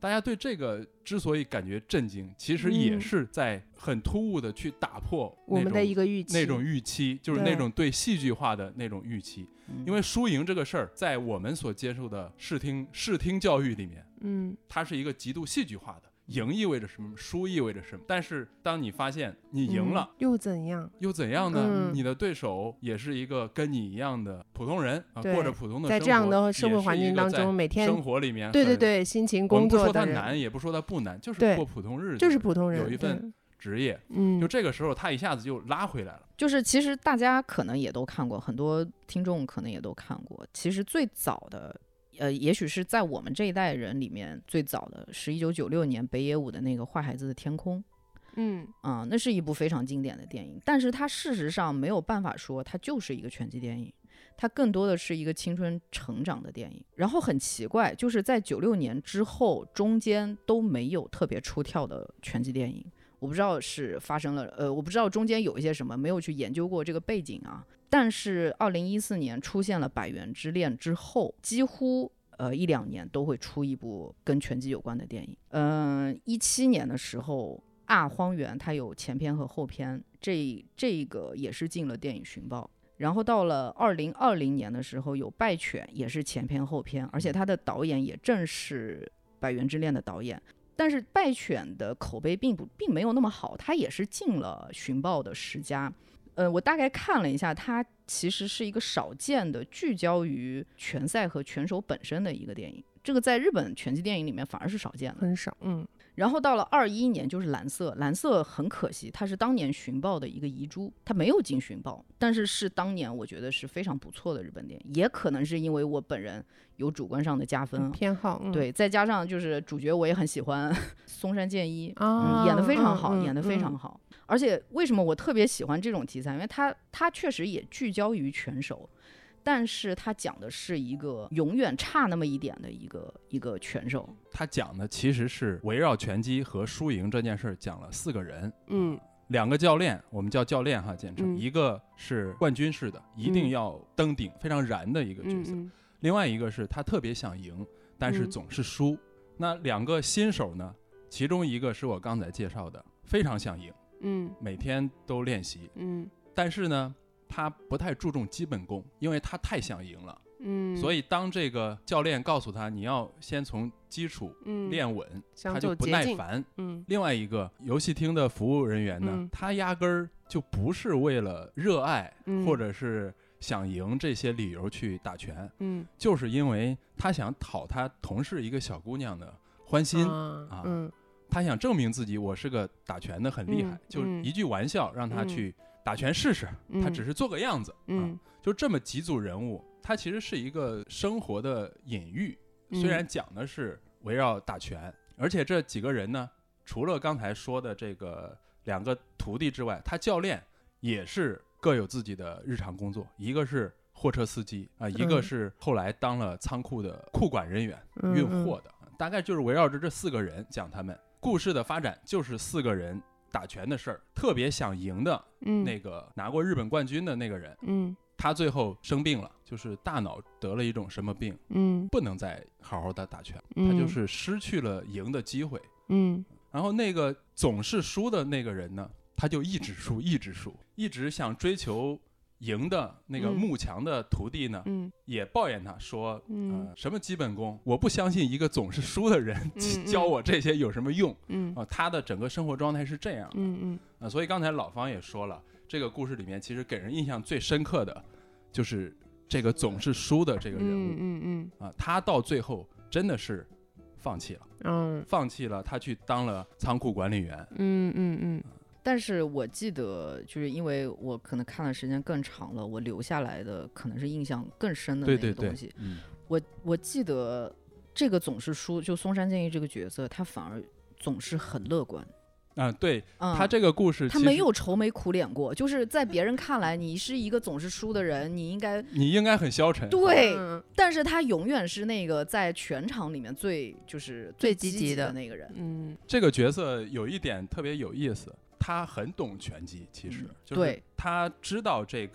大家对这个之所以感觉震惊，其实也是在很突兀的去打破我们的一个预期， 那种预期就是那种对戏剧化的那种预期。因为输赢这个事儿，在我们所接受的视听视听教育里面，嗯，它是一个极度戏剧化的。赢意味着什么，输意味着什么，但是当你发现你赢了、嗯、 又怎样又怎样呢、嗯、你的对手也是一个跟你一样的普通人、啊、过着普通的生活， 在这样的社会环境当中每天生活里面对对对辛勤工作的人， 我们不说他难也不说他不难，就是过普通日子， 就是普通人有一份职业， 嗯， 就这个时候他一下子就拉回来了。 就是其实大家可能也都看过，很多听众可能也都看过，其实最早的呃，也许是在我们这一代人里面最早的是一九九六年北野武的那个《坏孩子的天空》， 嗯啊，那是一部非常经典的电影，但是它事实上没有办法说它就是一个拳击电影，它更多的是一个青春成长的电影。然后很奇怪，就是在九六年之后，中间都没有特别出挑的拳击电影，我不知道是发生了，呃，我不知道中间有一些什么，没有去研究过这个背景啊。但是二零一四年出现了《百元之恋》之后，几乎呃一两年都会出一部跟拳击有关的电影。嗯、呃，一七年的时候，《啊荒原》它有前篇和后篇，这这个也是进了电影寻报。然后到了二零二零年的时候，有《败犬》，也是前篇后篇，而且它的导演也正是《百元之恋》的导演。但是《败犬》的口碑并不并没有那么好，它也是进了寻报的十佳。呃，我大概看了一下，它其实是一个少见的聚焦于拳赛和拳手本身的一个电影，这个在日本拳击电影里面反而是少见的， 很少。嗯。 然后到了二一年就是蓝色，蓝色很可惜，它是当年寻报的一个遗珠，它没有进寻报，但是是当年我觉得是非常不错的日本电影，也可能是因为我本人有主观上的加分偏好、嗯， 对，再加上就是主角我也很喜欢松山健一、 啊嗯，演得非常好， 嗯、 演得非常好。嗯、而且为什么我特别喜欢这种题材？因为它它确实也聚焦于拳手。但是他讲的是一个永远差那么一点的一个一个拳手， 他讲的其实是围绕拳击和输赢这件事讲了四个人， 嗯， 两个教练，我们叫教练哈，简称、嗯，一个是冠军式的，一定要登顶、嗯、非常燃的一个角色、嗯嗯，另外一个是他特别想赢，但是总是输、嗯。那两个新手呢，其中一个是我刚才介绍的，非常想赢， 嗯， 每天都练习， 嗯， 但是呢。他不太注重基本功，因为他太想赢了， 嗯， 所以当这个教练告诉他你要先从基础练稳、嗯，他就不耐烦。 嗯， 另外一个游戏厅的服务人员呢， 嗯、 他压根儿就不是为了热爱、 嗯、 或者是想赢这些理由去打拳， 嗯， 就是因为他想讨他同事一个小姑娘的欢心、 啊啊嗯， 他想证明自己我是个打拳的很厉害， 嗯、 就一句玩笑让他去。打拳试试，他只是做个样子、 嗯啊、就这么几组人物，他其实是一个生活的隐喻、 嗯、 虽然讲的是围绕打拳，而且这几个人呢，除了刚才说的这个两个徒弟之外，他教练也是各有自己的日常工作，一个是货车司机啊、呃，一个是后来当了仓库的库管人员、 嗯、 运货的、嗯、大概就是围绕着这四个人讲他们故事的发展，就是四个人打拳的事儿，特别想赢的那个拿过日本冠军的那个人， 嗯， 他最后生病了，就是大脑得了一种什么病， 嗯， 不能再好好的打拳， 嗯、 他就是失去了赢的机会， 嗯， 然后那个总是输的那个人呢，他就一直输，一直输，一直想追求赢的那个慕强的徒弟呢、 嗯、 也抱怨他说、 嗯呃、什么基本功，我不相信一个总是输的人、 嗯、 教我这些有什么用、 嗯呃、他的整个生活状态是这样的、 嗯嗯呃、所以刚才老方也说了，这个故事里面其实给人印象最深刻的就是这个总是输的这个人物， 嗯嗯嗯啊，他到最后真的是放弃了， 嗯， 放弃了，他去当了仓库管理员， 嗯嗯嗯。 但是我记得，就是因为我可能看的时间更长了，我留下来的可能是印象更深的那个东西。 对对对嗯、 我我记得这个总是输，就松山健一这个角色，他反而总是很乐观。 啊，对、 嗯， 他这个故事， 他没有愁眉苦脸过，就是在别人看来，你是一个总是输的人，你应该你应该很消沉， 对、 嗯， 但是他永远是那个在全场里面最就是最积极的那个人。 嗯， 这个角色有一点特别有意思，他很懂拳击，其实、嗯、就是他知道这个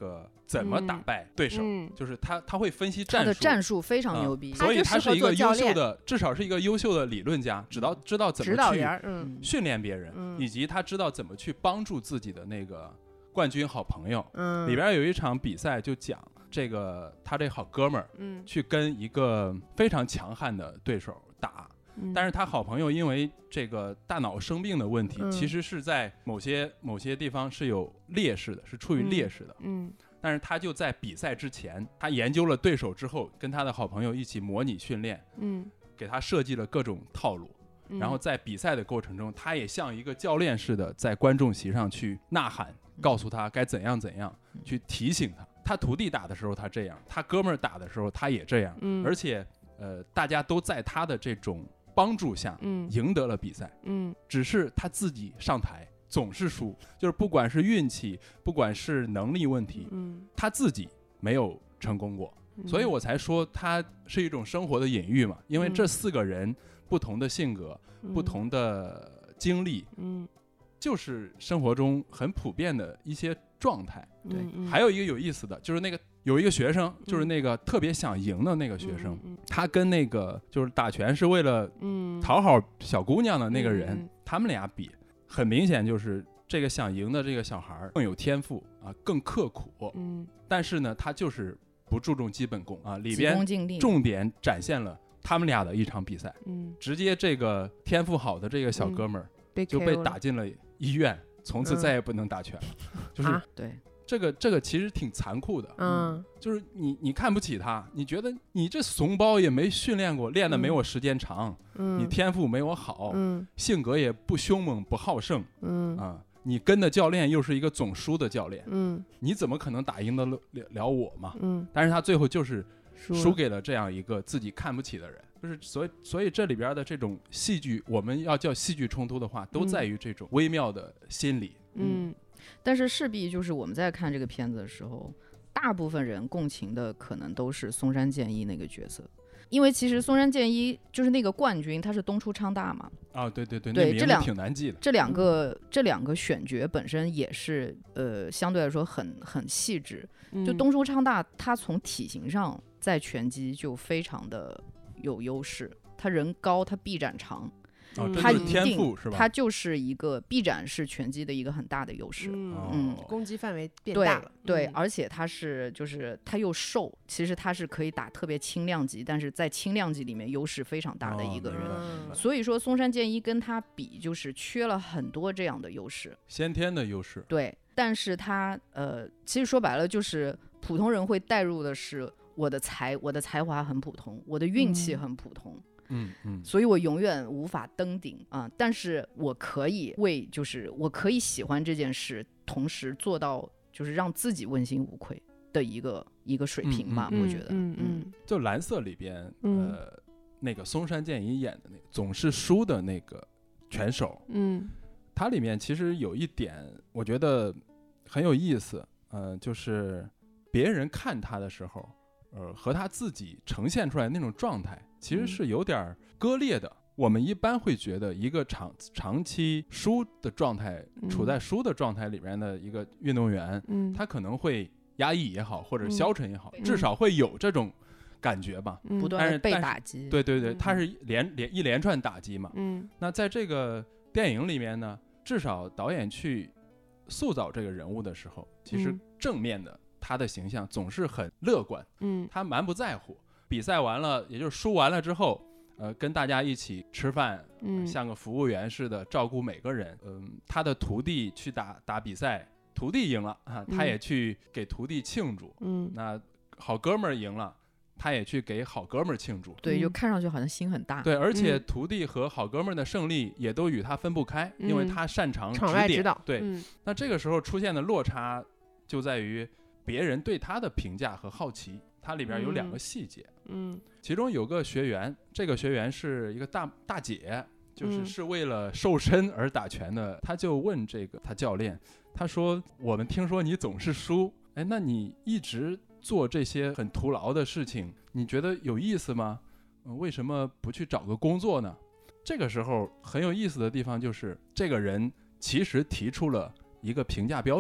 怎么打败对手，嗯、就是他他会分析战术， 他的战术非常牛逼， 嗯、所以他是一个优秀的，至少是一个优秀的理论家，知道知道怎么去训练别人、嗯，以及他知道怎么去帮助自己的那个冠军好朋友。嗯，里边有一场比赛就讲这个他这好哥们儿，嗯，去跟一个非常强悍的对手打。但是他好朋友因为这个大脑生病的问题、嗯、其实是在某些某些地方是有劣势的，是处于劣势的。嗯，但是他就在比赛之前，他研究了对手之后，跟他的好朋友一起模拟训练，嗯，给他设计了各种套路、嗯、然后在比赛的过程中，他也像一个教练似的在观众席上去呐喊，告诉他该怎样怎样，去提醒他。他徒弟打的时候他这样，他哥们儿打的时候他也这样，嗯，而且呃，大家都在他的这种帮助下，嗯，赢得了比赛，嗯，只是他自己上台总是输，就是不管是运气，不管是能力问题，嗯，他自己没有成功过，嗯、所以我才说他是一种生活的隐喻嘛，因为这四个人不同的性格，嗯、不同的经历，嗯，就是生活中很普遍的一些状态。对、嗯，还有一个有意思的就是那个。有一个学生，就是那个特别想赢的那个学生，嗯、他跟那个就是打拳是为了讨好小姑娘的那个人，嗯、他们俩比，很明显就是这个想赢的这个小孩更有天赋啊，更刻苦。嗯，但是呢，他就是不注重基本功啊，里边重点展现了他们俩的一场比赛。嗯，直接这个天赋好的这个小哥们儿、嗯、就被打进了医院，从此再也不能打拳了。嗯、就是、啊、 对。 这个这个其实挺残酷的，嗯，就是你你看不起他，你觉得你这怂包也没训练过，练的没我时间长，嗯，你天赋没我好，嗯，性格也不凶猛不好胜，嗯啊，你跟的教练又是一个总输的教练，嗯，你怎么可能打赢得了了我嘛？嗯，但是他最后就是输给了这样一个自己看不起的人，就是所以所以这里边的这种戏剧，我们要叫戏剧冲突的话，都在于这种微妙的心理，嗯。 但是势必就是我们在看这个片子的时候，大部分人共情的可能都是松山健一那个角色，因为其实松山健一就是那个冠军，他是东出昌大嘛。 啊，对对对， 对， 那名字挺难记的。 这两个、嗯、这两个选角本身也是呃相对来说很很细致。就东出昌大，他从体型上在拳击就非常的有优势，他人高，他臂展长。 哦、 他一定是吧， 他就是一个臂展是拳击的一个很大的优势， 嗯，嗯攻击范围变大了， 对，对嗯、而且他是就是他又瘦，其实他是可以打特别轻量级，但是在轻量级里面优势非常大的一个人，哦、所以说松山健一跟他比就是缺了很多这样的优势， 先天的优势， 对，但是他呃，其实说白了就是普通人会带入的是我的才我的才华很普通，我的运气很普通。嗯嗯嗯， 所以我永远无法登顶啊、呃！但是我可以为，就是我可以喜欢这件事，同时做到就是让自己问心无愧的一个一个水平吧。 嗯、 我觉得， 嗯嗯， 就蓝色里边，嗯、呃，那个松山健一演的那个总是输的那个拳手，嗯，他里面其实有一点，我觉得很有意思，呃，就是别人看他的时候，呃，和他自己呈现出来那种状态。其实是有点割裂的、嗯、我们一般会觉得一个长长期输的状态、嗯、处在输的状态里面的一个运动员、嗯、他可能会压抑也好或者消沉也好、嗯、至少会有这种感觉吧、 嗯、不断的被打击， 对对对，他是连连一连串打击嘛、嗯、那在这个电影里面呢，至少导演去塑造这个人物的时候，其实正面的他的形象总是很乐观，嗯，他蛮不在乎比赛完了，也就是输完了之后，呃，跟大家一起吃饭，嗯、呃，像个服务员似的照顾每个人。嗯、呃，他的徒弟去打打比赛，徒弟赢了啊，他也去给徒弟庆祝。嗯，那好哥们儿赢了，他也去给好哥们儿庆祝。 对，就看上去好像心很大。 对，而且徒弟和好哥们儿的胜利也都与他分不开，嗯、因为他擅长指点。 场外指导。 对、 嗯， 那这个时候出现的落差就在于别人对他的评价和好奇。它里边有两个细节，嗯，其中有个学员，这个学员是一个大大姐，就是是为了瘦身而打拳的，嗯、他就问这个他教练，他说：“我们听说你总是输，哎，那你一直做这些很徒劳的事情，你觉得有意思吗？嗯、为什么不去找个工作呢？”这个时候很有意思的地方就是，这个人其实提出了一个评价标准。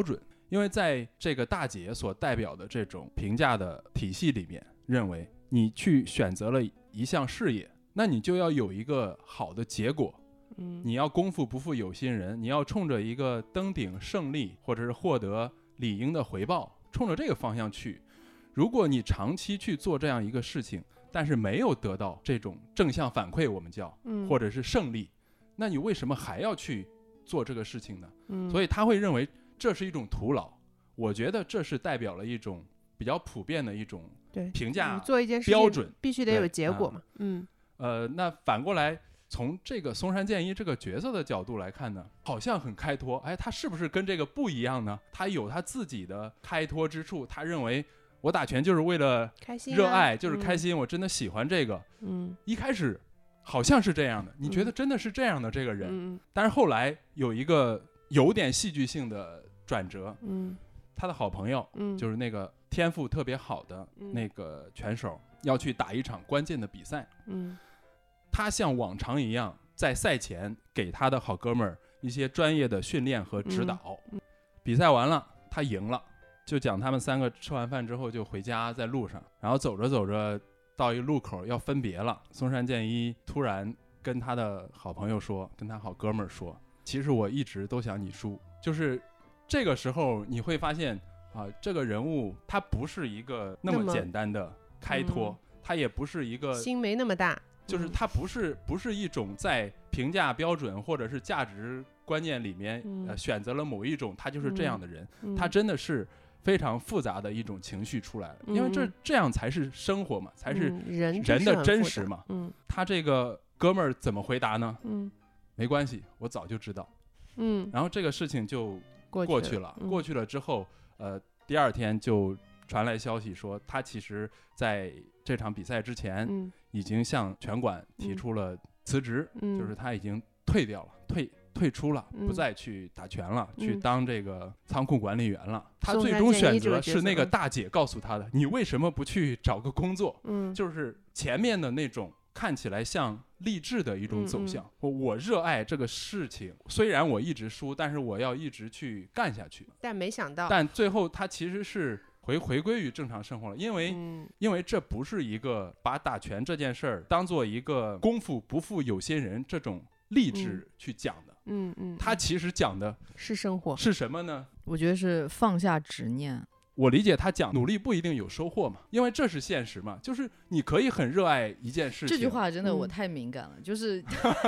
因为在这个大姐所代表的这种评价的体系里面，认为你去选择了一项事业，那你就要有一个好的结果。嗯，你要功夫不负有心人，你要冲着一个登顶胜利或者是获得理应的回报，冲着这个方向去。如果你长期去做这样一个事情，但是没有得到这种正向反馈，我们叫、嗯、或者是胜利，那你为什么还要去做这个事情呢？嗯，所以他会认为这是一种徒劳。我觉得这是代表了一种比较普遍的一种评价做一件事标准， 必须得有结果嘛。 嗯，呃，那反过来从这个松山健一这个角色的角度来看呢，好像很开脱。哎，他是不是跟这个不一样呢？他有他自己的开脱之处，他认为我打拳就是为了热爱， 啊、 就是开心、嗯，我真的喜欢这个。 嗯， 一开始好像是这样的，你觉得真的是这样的这个人？ 嗯， 但是后来有一个有点戏剧性的转折。 嗯。 他的好朋友、嗯、就是那个天赋特别好的那个拳手、嗯、要去打一场关键的比赛、 嗯、 他像往常一样在赛前给他的好哥们儿一些专业的训练和指导、嗯、比赛完了他赢了，就讲他们三个吃完饭之后就回家，在路上，然后走着走着到一路口要分别了，松山健一突然跟他的好朋友说，跟他好哥们儿说，其实我一直都想你输。就是这个时候你会发现啊，这个人物他不是一个那么简单的开脱，嗯、他也不是一个心没那么大， 就是他不是、嗯、不是一种在评价标准或者是价值观念里面、嗯呃、选择了某一种他就是这样的人、嗯、他真的是非常复杂的一种情绪出来了、嗯、因为这这样才是生活嘛，才是人的真实嘛。 嗯， 他这个哥们儿怎么回答呢？ 嗯， 没关系，我早就知道。 嗯， 然后这个事情就过去了， 过去了， 过去了之后，呃，第二天就传来消息说，他其实在这场比赛之前， 嗯、 已经向拳馆提出了辞职， 嗯、 就是他已经退掉了，退退出了， 嗯、 不再去打拳了， 嗯、 去当这个仓库管理员了。他最终选择是那个大姐告诉他的，你为什么不去找个工作？ 嗯， 就是前面的那种看起来像励志的一种走向。嗯嗯、我热爱这个事情，虽然我一直输，但是我要一直去干下去。 但没想到， 但最后他其实是回回归于正常生活了，因为、 嗯、 因为这不是一个把打拳这件事儿当做一个功夫不负有心人这种励志去讲的。 嗯嗯， 他其实讲的是生活， 是什么呢？ 我觉得是放下执念。 我理解他讲努力不一定有收获嘛，因为这是现实嘛，就是你可以很热爱一件事情。 这句话真的我太敏感了，嗯、就是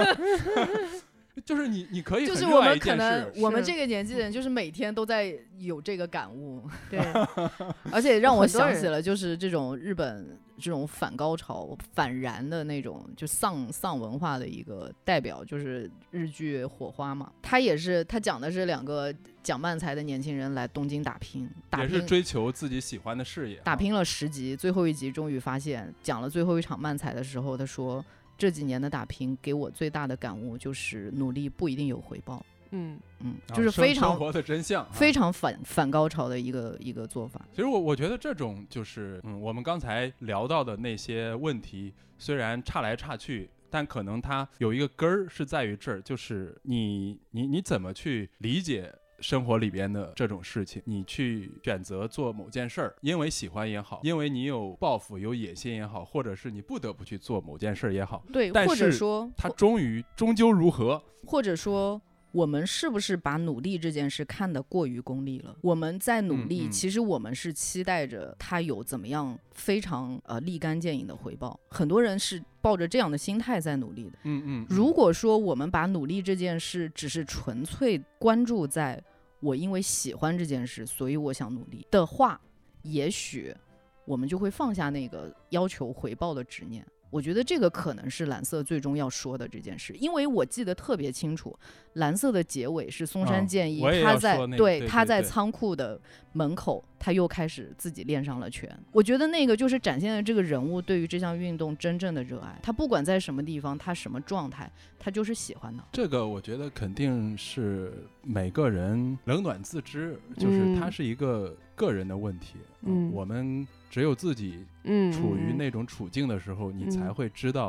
就是你你可以就是我们可能我们这个年纪的人就是每天都在有这个感悟， 对， 而且让我想起了就是这种日本这种反高潮反燃的那种就丧丧文化的一个代表，就是日剧《火花》嘛，他也是他讲的是两个讲漫才的年轻人来东京打拼，打拼也是追求自己喜欢的事业， 打拼了十集，最后一集终于发现，讲了最后一场漫才的时候，他说这几年的打拼给我最大的感悟就是努力不一定有回报。 嗯嗯，就是非常、 啊、生活的真相， 非常反反高潮的一个一个做法。 其实我我觉得这种就是嗯，我们刚才聊到的那些问题，虽然岔来岔去，但可能它有一个根儿是在于这儿，就是你你你怎么去理解生活里边的这种事情，你去选择做某件事儿，因为喜欢也好，因为你有抱负有野心也好，或者是你不得不去做某件事也好， 对， 但是或者说它终于终究如何， 或者说我们是不是把努力这件事看得过于功利了？我们在努力，嗯嗯、其实我们是期待着它有怎么样非常呃立竿见影的回报。很多人是抱着这样的心态在努力的。 嗯 嗯, 嗯。 如果说我们把努力这件事只是纯粹关注在我因为喜欢这件事，所以我想努力的话，也许我们就会放下那个要求回报的执念。我觉得这个可能是蓝色最终要说的这件事，因为我记得特别清楚，蓝色的结尾是松山健一、 哦、 他在、 那个、 对, 对他在仓库的门口，他又开始自己练上了拳。我觉得那个就是展现了这个人物对于这项运动真正的热爱，他不管在什么地方，他什么状态，他就是喜欢的。 这个我觉得肯定是每个人冷暖自知，就是他是一个个人的问题。 嗯， 我们只有自己处于那种处境的时候，嗯、你才会知道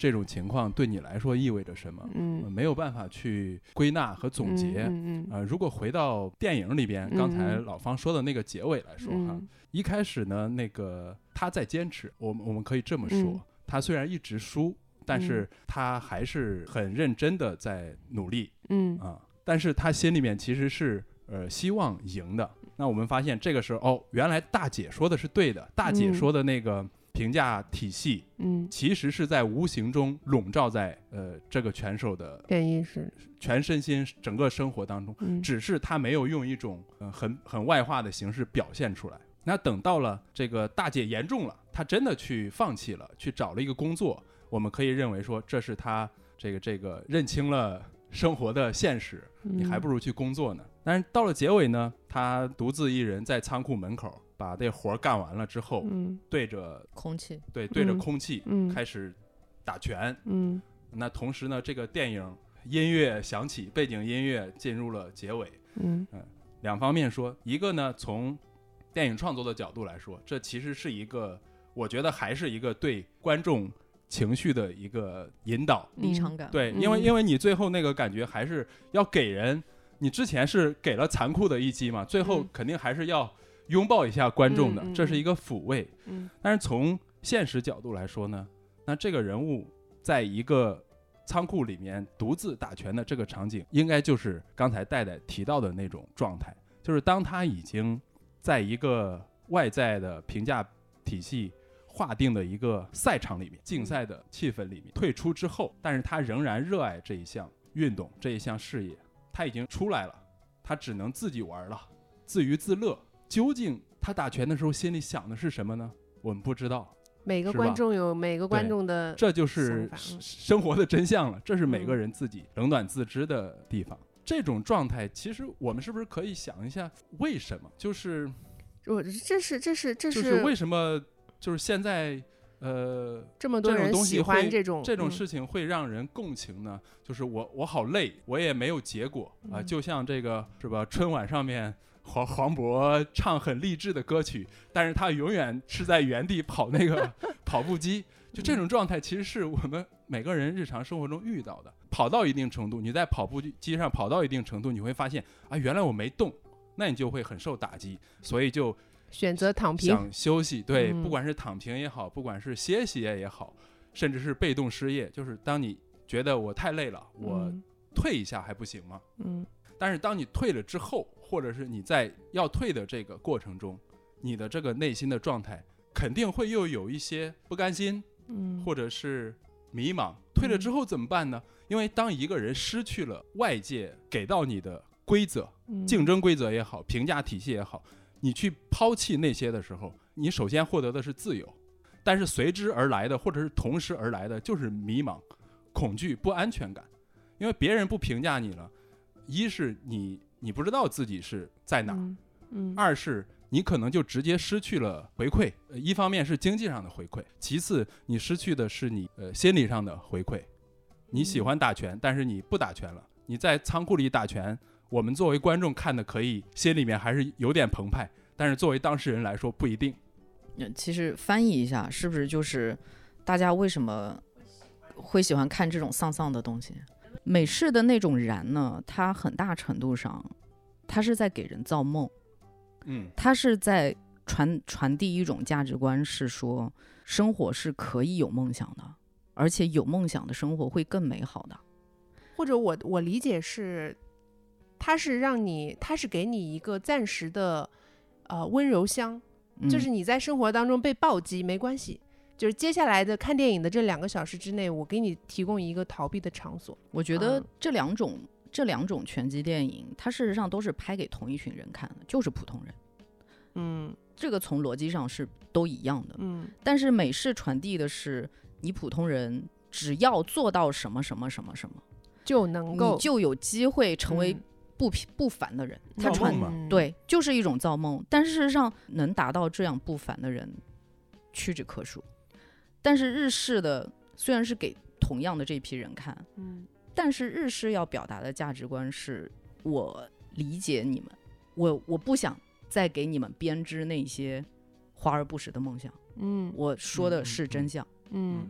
这种情况对你来说意味着什么？嗯，呃、没有办法去归纳和总结。嗯嗯呃、如果回到电影里边，刚才老方说的那个结尾来说哈，嗯、一开始呢，那个他在坚持，我们我们可以这么说，嗯、他虽然一直输，但是他还是很认真的在努力。嗯啊，但是他心里面其实是呃希望赢的。那我们发现这个时候，哦，原来大姐说的是对的，大姐说的那个评价体系，嗯，其实是在无形中笼罩在呃这个拳手的潜意识、 全身心、整个生活当中，嗯、只是他没有用一种、呃、很很外化的形式表现出来。那等到了这个大姐严重了，她真的去放弃了，去找了一个工作，我们可以认为说这是她这个这个认清了生活的现实，你还不如去工作呢。嗯、但是到了结尾呢，他独自一人在仓库门口把这活干完了之后，嗯、对着空气， 对对着空气、嗯、开始打拳。嗯，那同时呢，这个电影音乐响起，背景音乐进入了结尾。嗯，呃、两方面说，一个呢，从电影创作的角度来说，这其实是一个，我觉得还是一个对观众情绪的一个引导立场感。 对，因为因为你最后那个感觉还是要给人，你之前是给了残酷的一击嘛，最后肯定还是要拥抱一下观众的，嗯、这是一个抚慰。嗯、但是从现实角度来说呢，那这个人物在一个仓库里面独自打拳的这个场景，应该就是刚才戴戴提到的那种状态，就是当他已经在一个外在的评价体系划定的一个赛场里面，竞赛的气氛里面退出之后，但是他仍然热爱这一项运动，这一项事业，他已经出来了，他只能自己玩了，自娱自乐。究竟他打拳的时候心里想的是什么呢？我们不知道。 每个观众有每个观众的， 这就是生活的真相了，这是每个人自己冷暖自知的地方。嗯、这种状态，其实我们是不是可以想一下，为什么？就是我这是这是这是就是为什么？就是现在，呃， 这么多人喜欢这种这种事情会让人共情呢？嗯、就是我我好累，我也没有结果啊、呃，就像这个是吧？春晚上面黄黄渤唱很励志的歌曲，但是他永远是在原地跑那个跑步机，就这种状态，其实是我们每个人日常生活中遇到的。跑到一定程度，你在跑步机上跑到一定程度，你会发现啊，原来我没动，那你就会很受打击，所以就选择躺平， 想休息。对、嗯，不管是躺平也好，不管是歇息也好，甚至是被动失业，就是当你觉得我太累了，我退一下还不行吗？嗯。但是当你退了之后，或者是你在要退的这个过程中，你的这个内心的状态肯定会又有一些不甘心，嗯，或者是迷茫。退了之后怎么办呢？因为当一个人失去了外界给到你的规则，竞争规则也好，评价体系也好，你去抛弃那些的时候，你首先获得的是自由，但是随之而来的，或者是同时而来的，就是迷茫、恐惧、不安全感。因为别人不评价你了，一是你你不知道自己是在哪儿，嗯嗯、二是你可能就直接失去了回馈，呃、一方面是经济上的回馈，其次你失去的是你呃心理上的回馈。你喜欢打拳，但是你不打拳了，你在仓库里打拳，我们作为观众看的可以心里面还是有点澎湃，但是作为当事人来说不一定。 其实翻译一下，是不是就是大家为什么会喜欢看这种丧丧的东西？美式的那种燃呢，它很大程度上它是在给人造梦，嗯，它是在传传递一种价值观，是说生活是可以有梦想的，而且有梦想的生活会更美好的。 或者我我理解是，它是让你，它是给你一个暂时的呃温柔乡，嗯、就是你在生活当中被暴击没关系。就是接下来的看电影的这两个小时之内，我给你提供一个逃避的场所。 我觉得这两种、嗯、这两种拳击电影，它事实上都是拍给同一群人看的，就是普通人。嗯，这个从逻辑上是都一样的。嗯，但是美式传递的是，你普通人只要做到什么什么什么什么， 就能够， 你就有机会成为不、嗯、不凡的人。他传对，就是一种造梦。但事实上，能达到这样不凡的人屈指可数。但是日式的虽然是给同样的这批人看，嗯，但是日式要表达的价值观是，我理解你们，我我不想再给你们编织那些华而不实的梦想，嗯，我说的是真相，嗯，嗯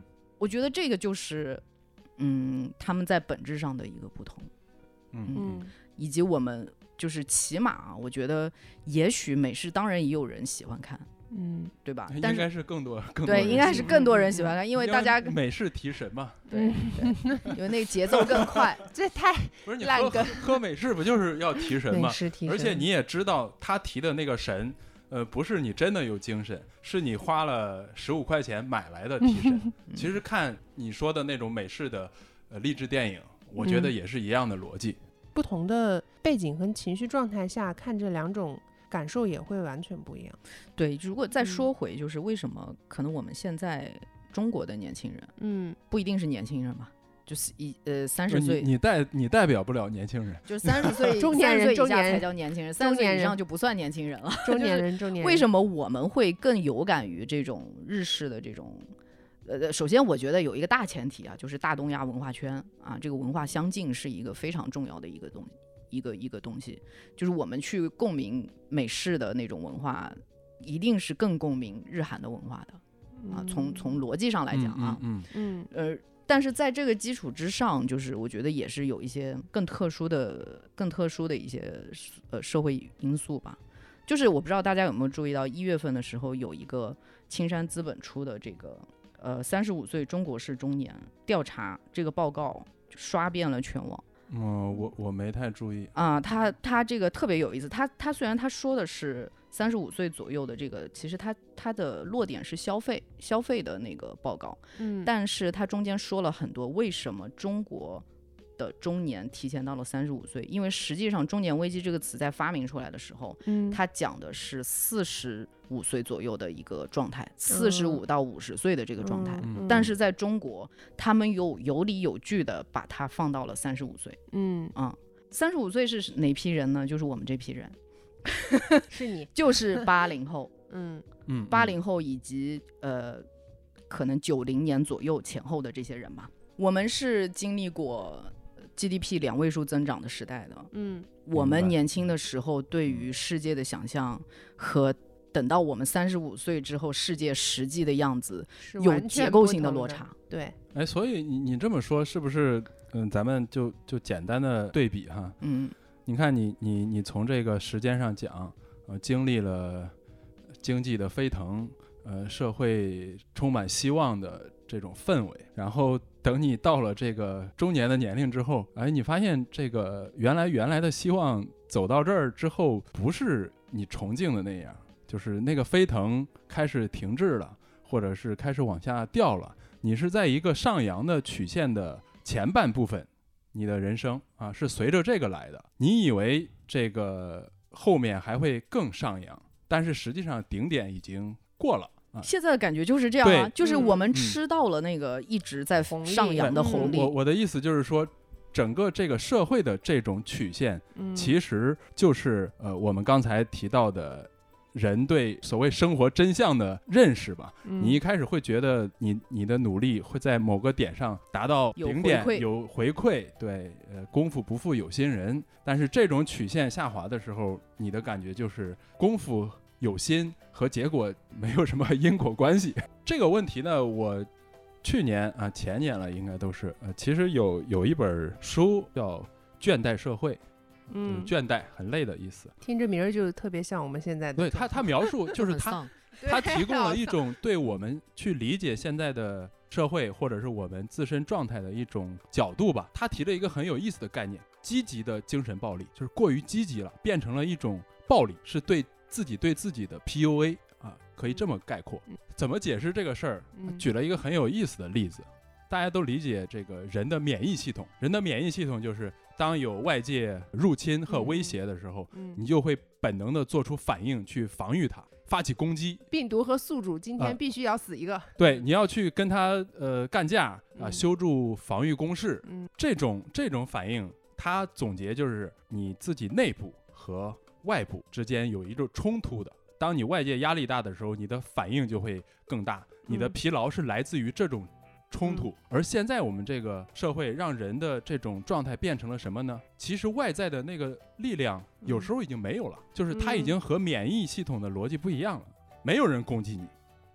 我觉得这个就是嗯他们在本质上的一个不同。 嗯嗯， 以及我们就是起码我觉得也许美式当然也有人喜欢看， 嗯， 对吧？ 应该是更多更多对，应该是更多人喜欢看，因为大家美式提神嘛， 对对，因为那个节奏更快。 这太不是你喝喝美式不就是要提神吗？ 美式提神， 而且你也知道他提的那个神，呃，不是你真的有精神，是你花了十五块钱买来的提神。其实看你说的那种美式的呃励志电影，我觉得也是一样的逻辑。 嗯，不同的背景和情绪状态下看这两种感受也会完全不一样。 对，如果再说回就是为什么可能我们现在中国的年轻人， 嗯， 不一定是年轻人吧，就是一呃三十岁， 你代你代表不了年轻人， 就是三十岁中年人， 中年人才叫年轻人，三十岁以上就不算年轻人了。 中年人，中年人。 为什么我们会更有感于这种日式的这种？呃，首先我觉得有一个大前提啊，就是大东亚文化圈啊，这个文化相近是一个非常重要的一个东西，一个一个东西，就是我们去共鸣美式的那种文化，一定是更共鸣日韩的文化的啊。从从逻辑上来讲啊， 嗯嗯呃，但是在这个基础之上，就是我觉得也是有一些更特殊的、更特殊的一些呃社会因素吧。就是我不知道大家有没有注意到，一月份的时候有一个青山资本出的这个。呃，三十五岁中国式中年调查这个报告刷遍了全网。 嗯，我我没太注意啊。他他这个特别有意思，他他虽然他说的是三十五岁左右的这个，其实他他的落点是消费消费的那个报告， 嗯， 但是他中间说了很多为什么中国的中年提前到了三十五岁，因为实际上中年危机这个词在发明出来的时候， 嗯， 他讲的是四十五岁左右的一个状态，四十五到五十岁的这个状态， 嗯， 但是在中国他们有有理有据的把它放到了三十五岁。 嗯啊，三十五岁是哪批人呢？就是我们这批人。 是你就是八零后。 嗯嗯， 八零后以及呃可能九零年左右前后的这些人吧。我们是经历过 G D P 两位数增长的时代的。 嗯， 我们年轻的时候对于世界的想象和等到我们三十五岁之后世界实际的样子有结构性的落差。 对， 哎，所以你你这么说是不是嗯咱们就就简单的对比哈。 嗯， 你看你你你从这个时间上讲，呃经历了经济的飞腾，呃社会充满希望的这种氛围，然后等你到了这个中年的年龄之后，哎，你发现这个原来原来的希望走到这儿之后不是你崇敬的那样，就是那个飞腾开始停滞了，或者是开始往下掉了，你是在一个上扬的曲线的前半部分，你的人生啊是随着这个来的，你以为这个后面还会更上扬，但是实际上顶点已经过了。啊、 现在的感觉就是这样啊，就是我们吃到了那个一直在上扬的红利。 嗯、我我的意思就是说，整个这个社会的这种曲线， 嗯、 其实就是呃我们刚才提到的人对所谓生活真相的认识吧。 嗯、 你一开始会觉得你你的努力会在某个点上达到顶点， 有有回馈，对，呃，功夫不负有心人。但是这种曲线下滑的时候，你的感觉就是功夫有心和结果没有什么因果关系。这个问题呢，我去年啊前年了应该都是呃，其实有有一本书叫《倦怠社会》，嗯，倦怠很累的意思。 听着名儿就特别像我们现在的。 对他他描述就是他他提供了一种对我们去理解现在的社会或者是我们自身状态的一种角度吧。他提了一个很有意思的概念，积极的精神暴力，就是过于积极了，变成了一种暴力，是对自己对自己的 P U A 啊，可以这么概括。怎么解释这个事儿？举了一个很有意思的例子，大家都理解这个人的免疫系统。人的免疫系统就是当有外界入侵和威胁的时候，你就会本能的做出反应去防御它，发起攻击。 病毒和宿主今天必须要死一个。 啊、对，你要去跟他呃干架啊，修筑防御工事。 嗯， 这种这种反应，它总结就是你自己内部和外部之间有一种冲突的。当你外界压力大的时候，你的反应就会更大，你的疲劳是来自于这种冲突。嗯、而现在我们这个社会让人的这种状态变成了什么呢？其实外在的那个力量有时候已经没有了，嗯、就是它已经和免疫系统的逻辑不一样了，没有人攻击你，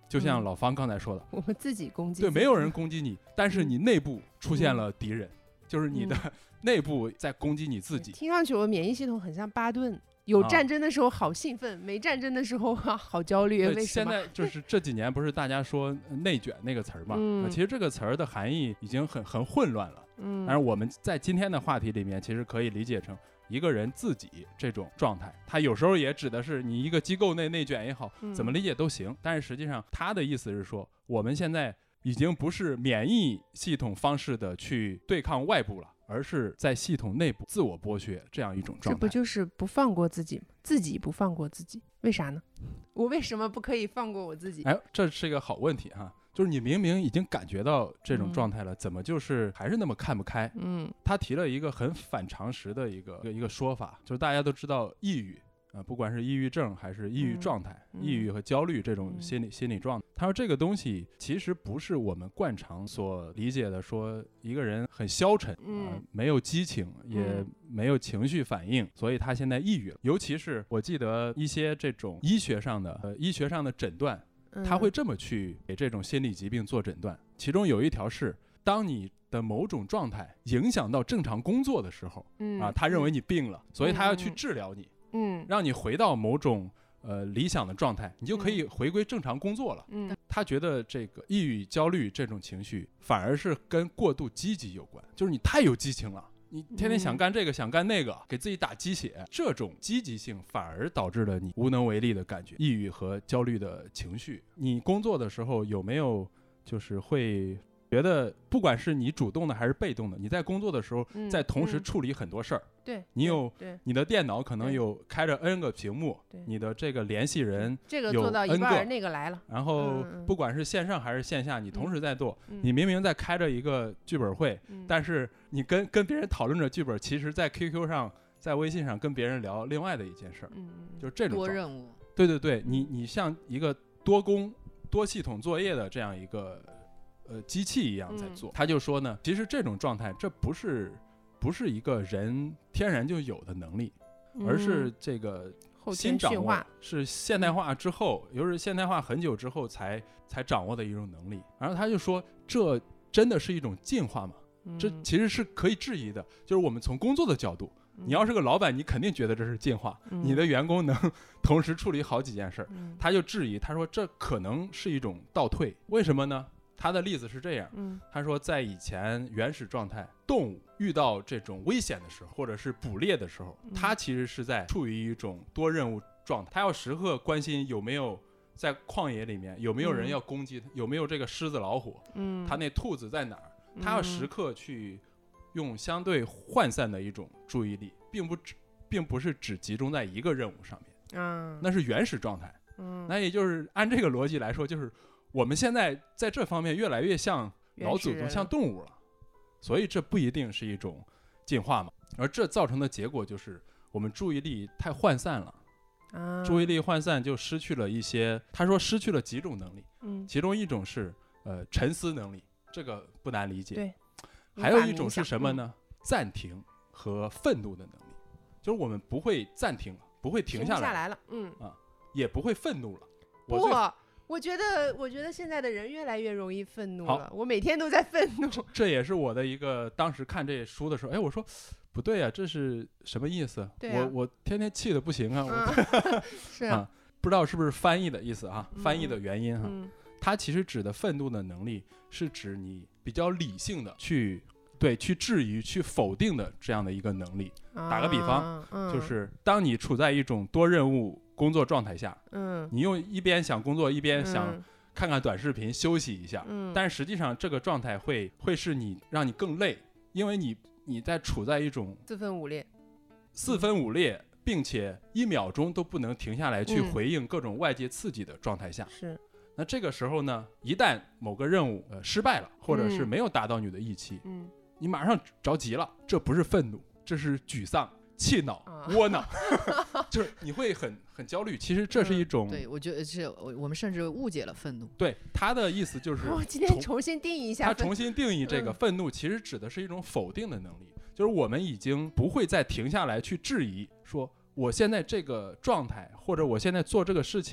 就像老方刚才说的， 嗯、我们自己攻击对，没有人攻击你，但是你内部出现了敌人，嗯、就是你的内部在攻击你自己。 听上去我免疫系统很像巴顿。有战争的时候好兴奋，啊、没战争的时候、啊、好焦虑。为什么？ 现在就是这几年不是大家说内卷那个词儿嘛、嗯？其实这个词儿的含义已经很很混乱了。嗯，但是我们在今天的话题里面，其实可以理解成一个人自己这种状态。他有时候也指的是你一个机构内内卷也好，怎么理解都行。嗯、但是实际上他的意思是说，我们现在已经不是免疫系统方式的去对抗外部了。而是在系统内部自我剥削这样一种状态。 这不就是不放过自己吗？自己不放过自己，为啥呢？我为什么不可以放过我自己？ 哎，这是一个好问题哈。就是你明明已经感觉到这种状态了、嗯、怎么就是还是那么看不开？嗯，他提了一个很反常识的一个一个说法，就是大家都知道抑郁啊、呃，不管是抑郁症还是抑郁状态、嗯、抑郁和焦虑这种心理、嗯、心理状态，他说这个东西其实不是我们惯常所理解的，说一个人很消沉，嗯、呃，没有激情，也没有情绪反应，所以他现在抑郁了。尤其是我记得一些这种医学上的呃医学上的诊断，他会这么去给这种心理疾病做诊断，其中有一条是，当你的某种状态影响到正常工作的时候，嗯啊，他认为你病了，所以他要去治疗你。嗯，让你回到某种呃理想的状态，你就可以回归正常工作了。嗯，他觉得这个抑郁、焦虑这种情绪反而是跟过度积极有关，就是你太有激情了，你天天想干这个、嗯、想干那个，给自己打鸡血，这种积极性反而导致了你无能为力的感觉，抑郁和焦虑的情绪。你工作的时候有没有就是会觉得，不管是你主动的还是被动的，你在工作的时候在同时处理很多事儿、嗯嗯、对，你有你的电脑可能有开着 N 个屏幕，你的这个联系人这个做到一半那个来了， 然后不管是线上还是线下你同时在做、嗯、你明明在开着一个剧本会、嗯、但是你跟跟别人讨论着剧本，其实在 Q Q 上在微信上跟别人聊另外的一件事儿、嗯、就是这种多任务， 对对对，你你像一个多工多系统作业的这样一个呃，机器一样在做、嗯、他就说呢，其实这种状态这不是不是一个人天然就有的能力、嗯、而是这个新掌握，是现代化之后、嗯、又是现代化很久之后才才掌握的一种能力。然后他就说，这真的是一种进化吗、嗯、这其实是可以质疑的，就是我们从工作的角度、嗯、你要是个老板，你肯定觉得这是进化、嗯、你的员工能同时处理好几件事、嗯、他就质疑，他说这可能是一种倒退。为什么呢？他的例子是这样、嗯、他说在以前原始状态，动物遇到这种危险的时候或者是捕猎的时候、嗯、它其实是在处于一种多任务状态，它要时刻关心有没有在旷野里面有没有人要攻击它、嗯、有没有这个狮子老虎，嗯，它那兔子在哪儿，它要时刻去用相对涣散的一种注意力，并不只并不是只集中在一个任务上面，嗯，那是原始状态，嗯，那也就是按这个逻辑来说，就是我们现在在这方面越来越像老祖宗，像动物了，所以这不一定是一种进化嘛。而这造成的结果就是我们注意力太涣散了，啊、注意力涣散就失去了一些，他说失去了几种能力，嗯，其中一种是呃沉思能力，这个不难理解， 对， 还有一种是什么呢？嗯、暂停和愤怒的能力，就是我们不会暂停了，不会停下来， 停下来了，嗯啊，也不会愤怒了， 不。我觉得，我觉得现在的人越来越容易愤怒了。我每天都在愤怒。 这, 这也是我的一个，当时看这书的时候，哎，我说不对啊，这是什么意思？啊、我我天天气的不行啊！ 嗯、是啊、 啊，不知道是不是翻译的意思啊？嗯、翻译的原因哈、啊嗯，它其实指的愤怒的能力是指你比较理性的去对去质疑、去否定的这样的一个能力。啊、打个比方、嗯，就是当你处在一种多任务工作状态下，嗯，你用一边想工作一边想看看短视频、嗯、休息一下，嗯，但实际上这个状态会会是你让你更累，因为你你在处在一种四分五裂、 四分五裂，并且一秒钟都不能停下来去回应各种外界刺激的状态下， 嗯、是。 那这个时候呢，一旦某个任务呃失败了，或者是没有达到你的预期，嗯，你马上着急了，这不是愤怒，这是沮丧。气恼、窝囊，就是你会很很焦虑。其实这是一种， 嗯、对我觉得是我们甚至误解了愤怒。 对他的意思就是， 我、哦、今天重新定义一下， 他重新定义这个愤怒，其实指的是一种否定的能力，嗯、就是我们已经不会再停下来去质疑，说我现在这个状态或者我现在做这个事情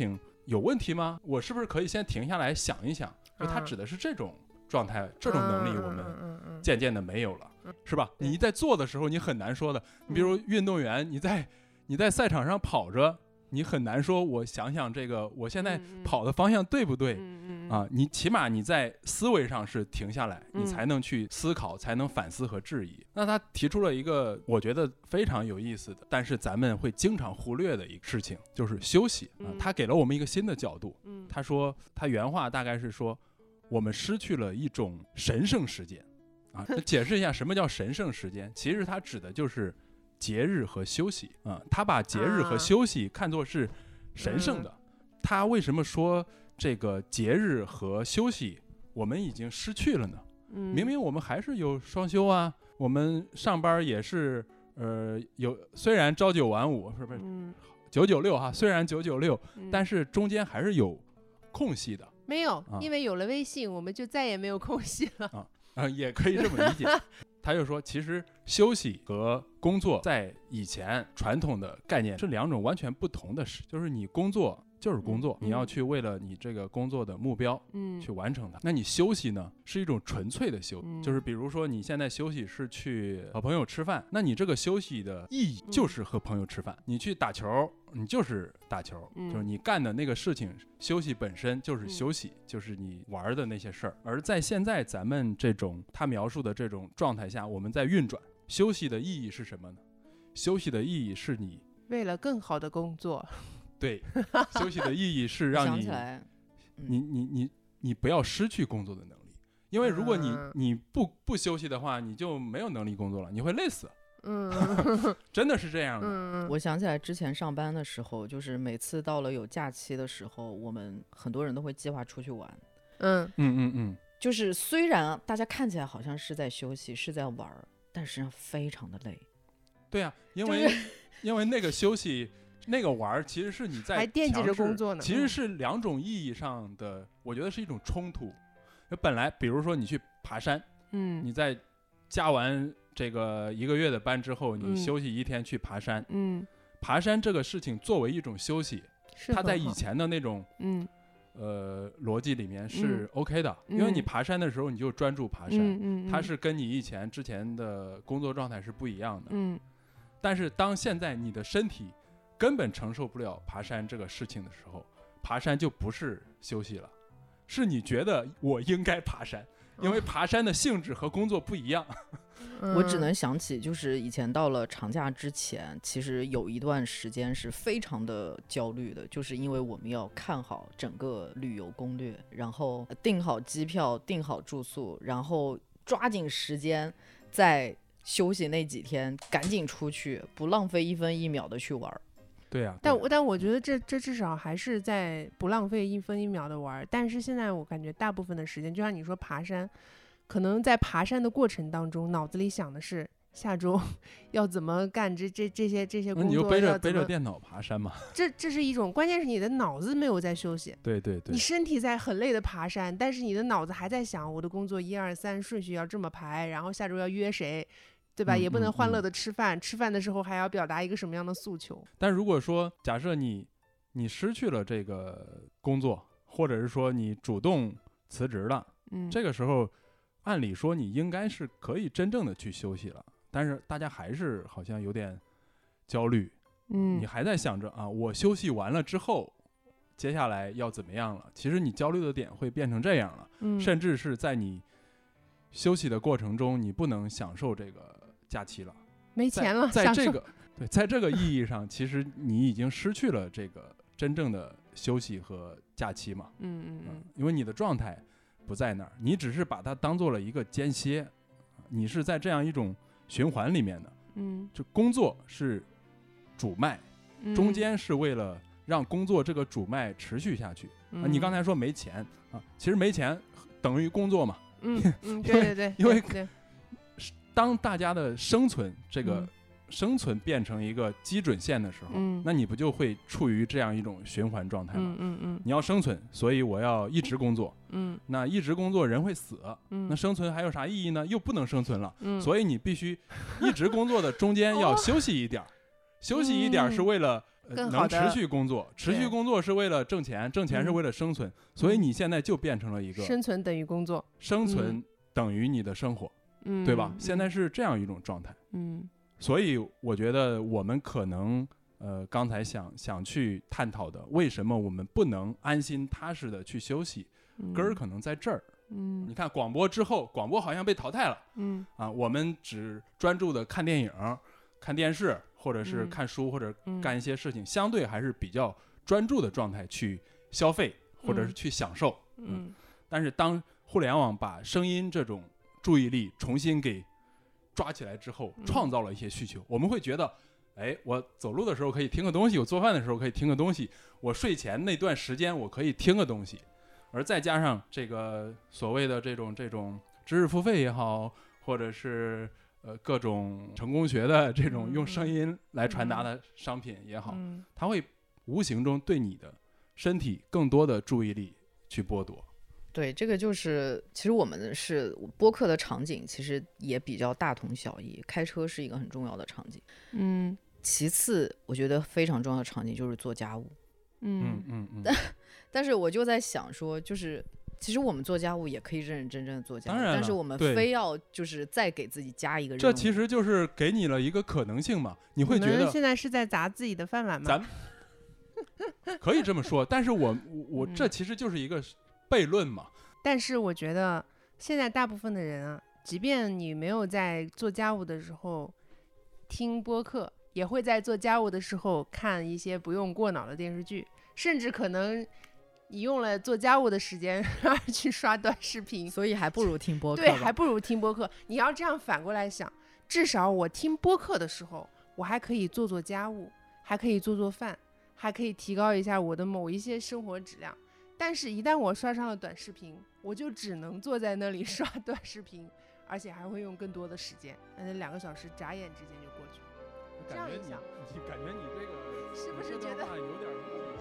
有问题吗？我是不是可以先停下来想一想？就他指的是这种状态，这种能力我们渐渐的没有了，是吧？你在做的时候你很难说的，你比如运动员，你在你在赛场上跑着，你很难说我想想这个我现在跑的方向对不对啊？你起码你在思维上是停下来，你才能去思考，才能反思和质疑。那他提出了一个我觉得非常有意思的，但是咱们会经常忽略的一个事情，就是休息啊。他给了我们一个新的角度，他说他原话大概是说，我们失去了一种神圣时间啊。解释一下什么叫神圣时间，其实它指的就是节日和休息啊。他把节日和休息看作是神圣的。他为什么说这个节日和休息我们已经失去了呢？明明我们还是有双休啊，我们上班也是呃有，虽然朝九晚五，是不是九九六哈？虽然九九六，但是中间还是有空隙的。 没有，啊、因为有了微信，我们就再也没有空隙了。 啊啊，也可以这么理解。他就说，其实休息和工作在以前传统的概念是两种完全不同的事，就是你工作就是工作， 嗯、 你要去为了你这个工作的目标，嗯，去完成它。那你休息呢，是一种纯粹的休息，嗯、就是比如说你现在休息是去和朋友吃饭，那你这个休息的意义就是和朋友吃饭。嗯、你去打球，你就是打球，嗯、就是你干的那个事情，休息本身就是休息，嗯、就是你玩的那些事儿。而在现在咱们这种他描述的这种状态下，我们在运转，休息的意义是什么呢？休息的意义是你为了更好的工作。 对，休息的意义是让你， 嗯、 你你你你不要失去工作的能力，因为如果你、嗯、你不不休息的话，你就没有能力工作了，你会累死。嗯，真的是这样的。 嗯、我想起来之前上班的时候，就是每次到了有假期的时候，我们很多人都会计划出去玩。 嗯嗯嗯嗯， 就是虽然大家看起来好像是在休息，是在玩，但实际上非常的累。 对啊，因为、就是、因为那个休息。那个玩其实是你在还惦记着工作呢， 其实是两种意义上的，我觉得是一种冲突。本来比如说你去爬山，嗯，你在加完这个一个月的班之后，你休息一天去爬山，嗯，爬山这个事情作为一种休息，它在以前的那种，嗯，呃逻辑里面是 OK 的， 嗯、 因为你爬山的时候你就专注爬山， 嗯嗯、 它是跟你以前之前的工作状态是不一样的， 嗯， 但是当现在你的身体根本承受不了爬山这个事情的时候，爬山就不是休息了，是你觉得我应该爬山，因为爬山的性质和工作不一样。 我只能想起就是以前到了长假之前，其实有一段时间是非常的焦虑的，就是因为我们要看好整个旅游攻略，然后订好机票，订好住宿，然后抓紧时间在休息那几天赶紧出去，不浪费一分一秒的去玩。 对啊， 但但我觉得这这至少还是在不浪费一分一秒的玩。但是现在我感觉大部分的时间，就像你说爬山，可能在爬山的过程当中，脑子里想的是下周要怎么干这这这些这些工作， 你就背着背着电脑爬山嘛。 这这是一种，关键是你的脑子没有在休息。 对对对， 你身体在很累的爬山，但是你的脑子还在想我的工作一二三顺序要这么排，然后下周要约谁。对吧？ 嗯、 也不能欢乐的吃饭、嗯嗯、吃饭的时候还要表达一个什么样的诉求。 但如果说假设你你失去了这个工作，或者是说你主动辞职了，嗯，这个时候按理说你应该是可以真正的去休息了，但是大家还是好像有点焦虑，嗯，你还在想着啊，我休息完了之后接下来要怎么样了。其实你焦虑的点会变成这样了，嗯，甚至是在你休息的过程中你不能享受这个假期了， 没钱了， 在, 在这个对，在这个意义上，其实你已经失去了这个真正的休息和假期嘛。 嗯嗯嗯， 因为你的状态不在那儿，你只是把它当做了一个间歇，你是在这样一种循环里面的。 嗯， 就工作是主脉，嗯、中间是为了让工作这个主脉持续下去。 嗯啊、你刚才说没钱啊，其实没钱等于工作嘛。 嗯嗯，对对对， 因为对对当大家的生存这个生存变成一个基准线的时候， 嗯、 那你不就会处于这样一种循环状态吗？ 嗯嗯嗯， 你要生存，所以我要一直工作。 嗯， 那一直工作人会死。 嗯， 那生存还有啥意义呢？又不能生存了。 嗯， 所以你必须一直工作的中间要休息一点。哦休息一点是为了、 嗯呃、能持续工作，持续工作是为了挣钱，挣钱是为了生存、嗯、所以你现在就变成了一个生存等于工作， 生存等于你的生活、嗯、对吧、嗯、现在是这样一种状态。 嗯， 所以我觉得我们可能呃刚才想想去探讨的，为什么我们不能安心踏实的去休息、嗯、根儿可能在这儿。 嗯， 你看广播之后，广播好像被淘汰了。 嗯啊，我们只专注的看电影、看电视，或者是看书，嗯、或者干一些事情、嗯，相对还是比较专注的状态去消费，或者是去享受。 嗯， 嗯但是当互联网把声音这种注意力重新给抓起来之后，创造了一些需求，嗯、我们会觉得，哎，我走路的时候可以听个东西，我做饭的时候可以听个东西，我睡前那段时间我可以听个东西。而再加上这个所谓的这种这种知识付费也好，或者是呃各种成功学的这种用声音来传达的商品也好、嗯、它会无形中对你的身体更多的注意力去剥夺。 对，这个就是其实我们是播客的场景其实也比较大同小异，开车是一个很重要的场景， 嗯， 其次我觉得非常重要的场景就是做家务。 嗯嗯嗯， 但但是我就在想说，就是其实我们做家务也可以认认真真的做家务，但是我们非要就是再给自己加一个任务， 这其实就是给你了一个可能性嘛。你会觉得你们现在是在砸自己的饭碗吗？ 咱可以这么说，但是我我这其实就是一个悖论嘛。 但是我觉得现在大部分的人啊，即便你没有在做家务的时候听播客，也会在做家务的时候看一些不用过脑的电视剧，甚至可能你用了做家务的时间而去刷短视频， 所以还不如听播客。 对，还不如听播客。你要这样反过来想，至少我听播客的时候，我还可以做做家务，还可以做做饭，还可以提高一下我的某一些生活质量。但是一旦我刷上了短视频，我就只能坐在那里刷短视频，而且还会用更多的时间，那两个小时眨眼之间就过去了。这样一想， 你感觉你这个是不是觉得有点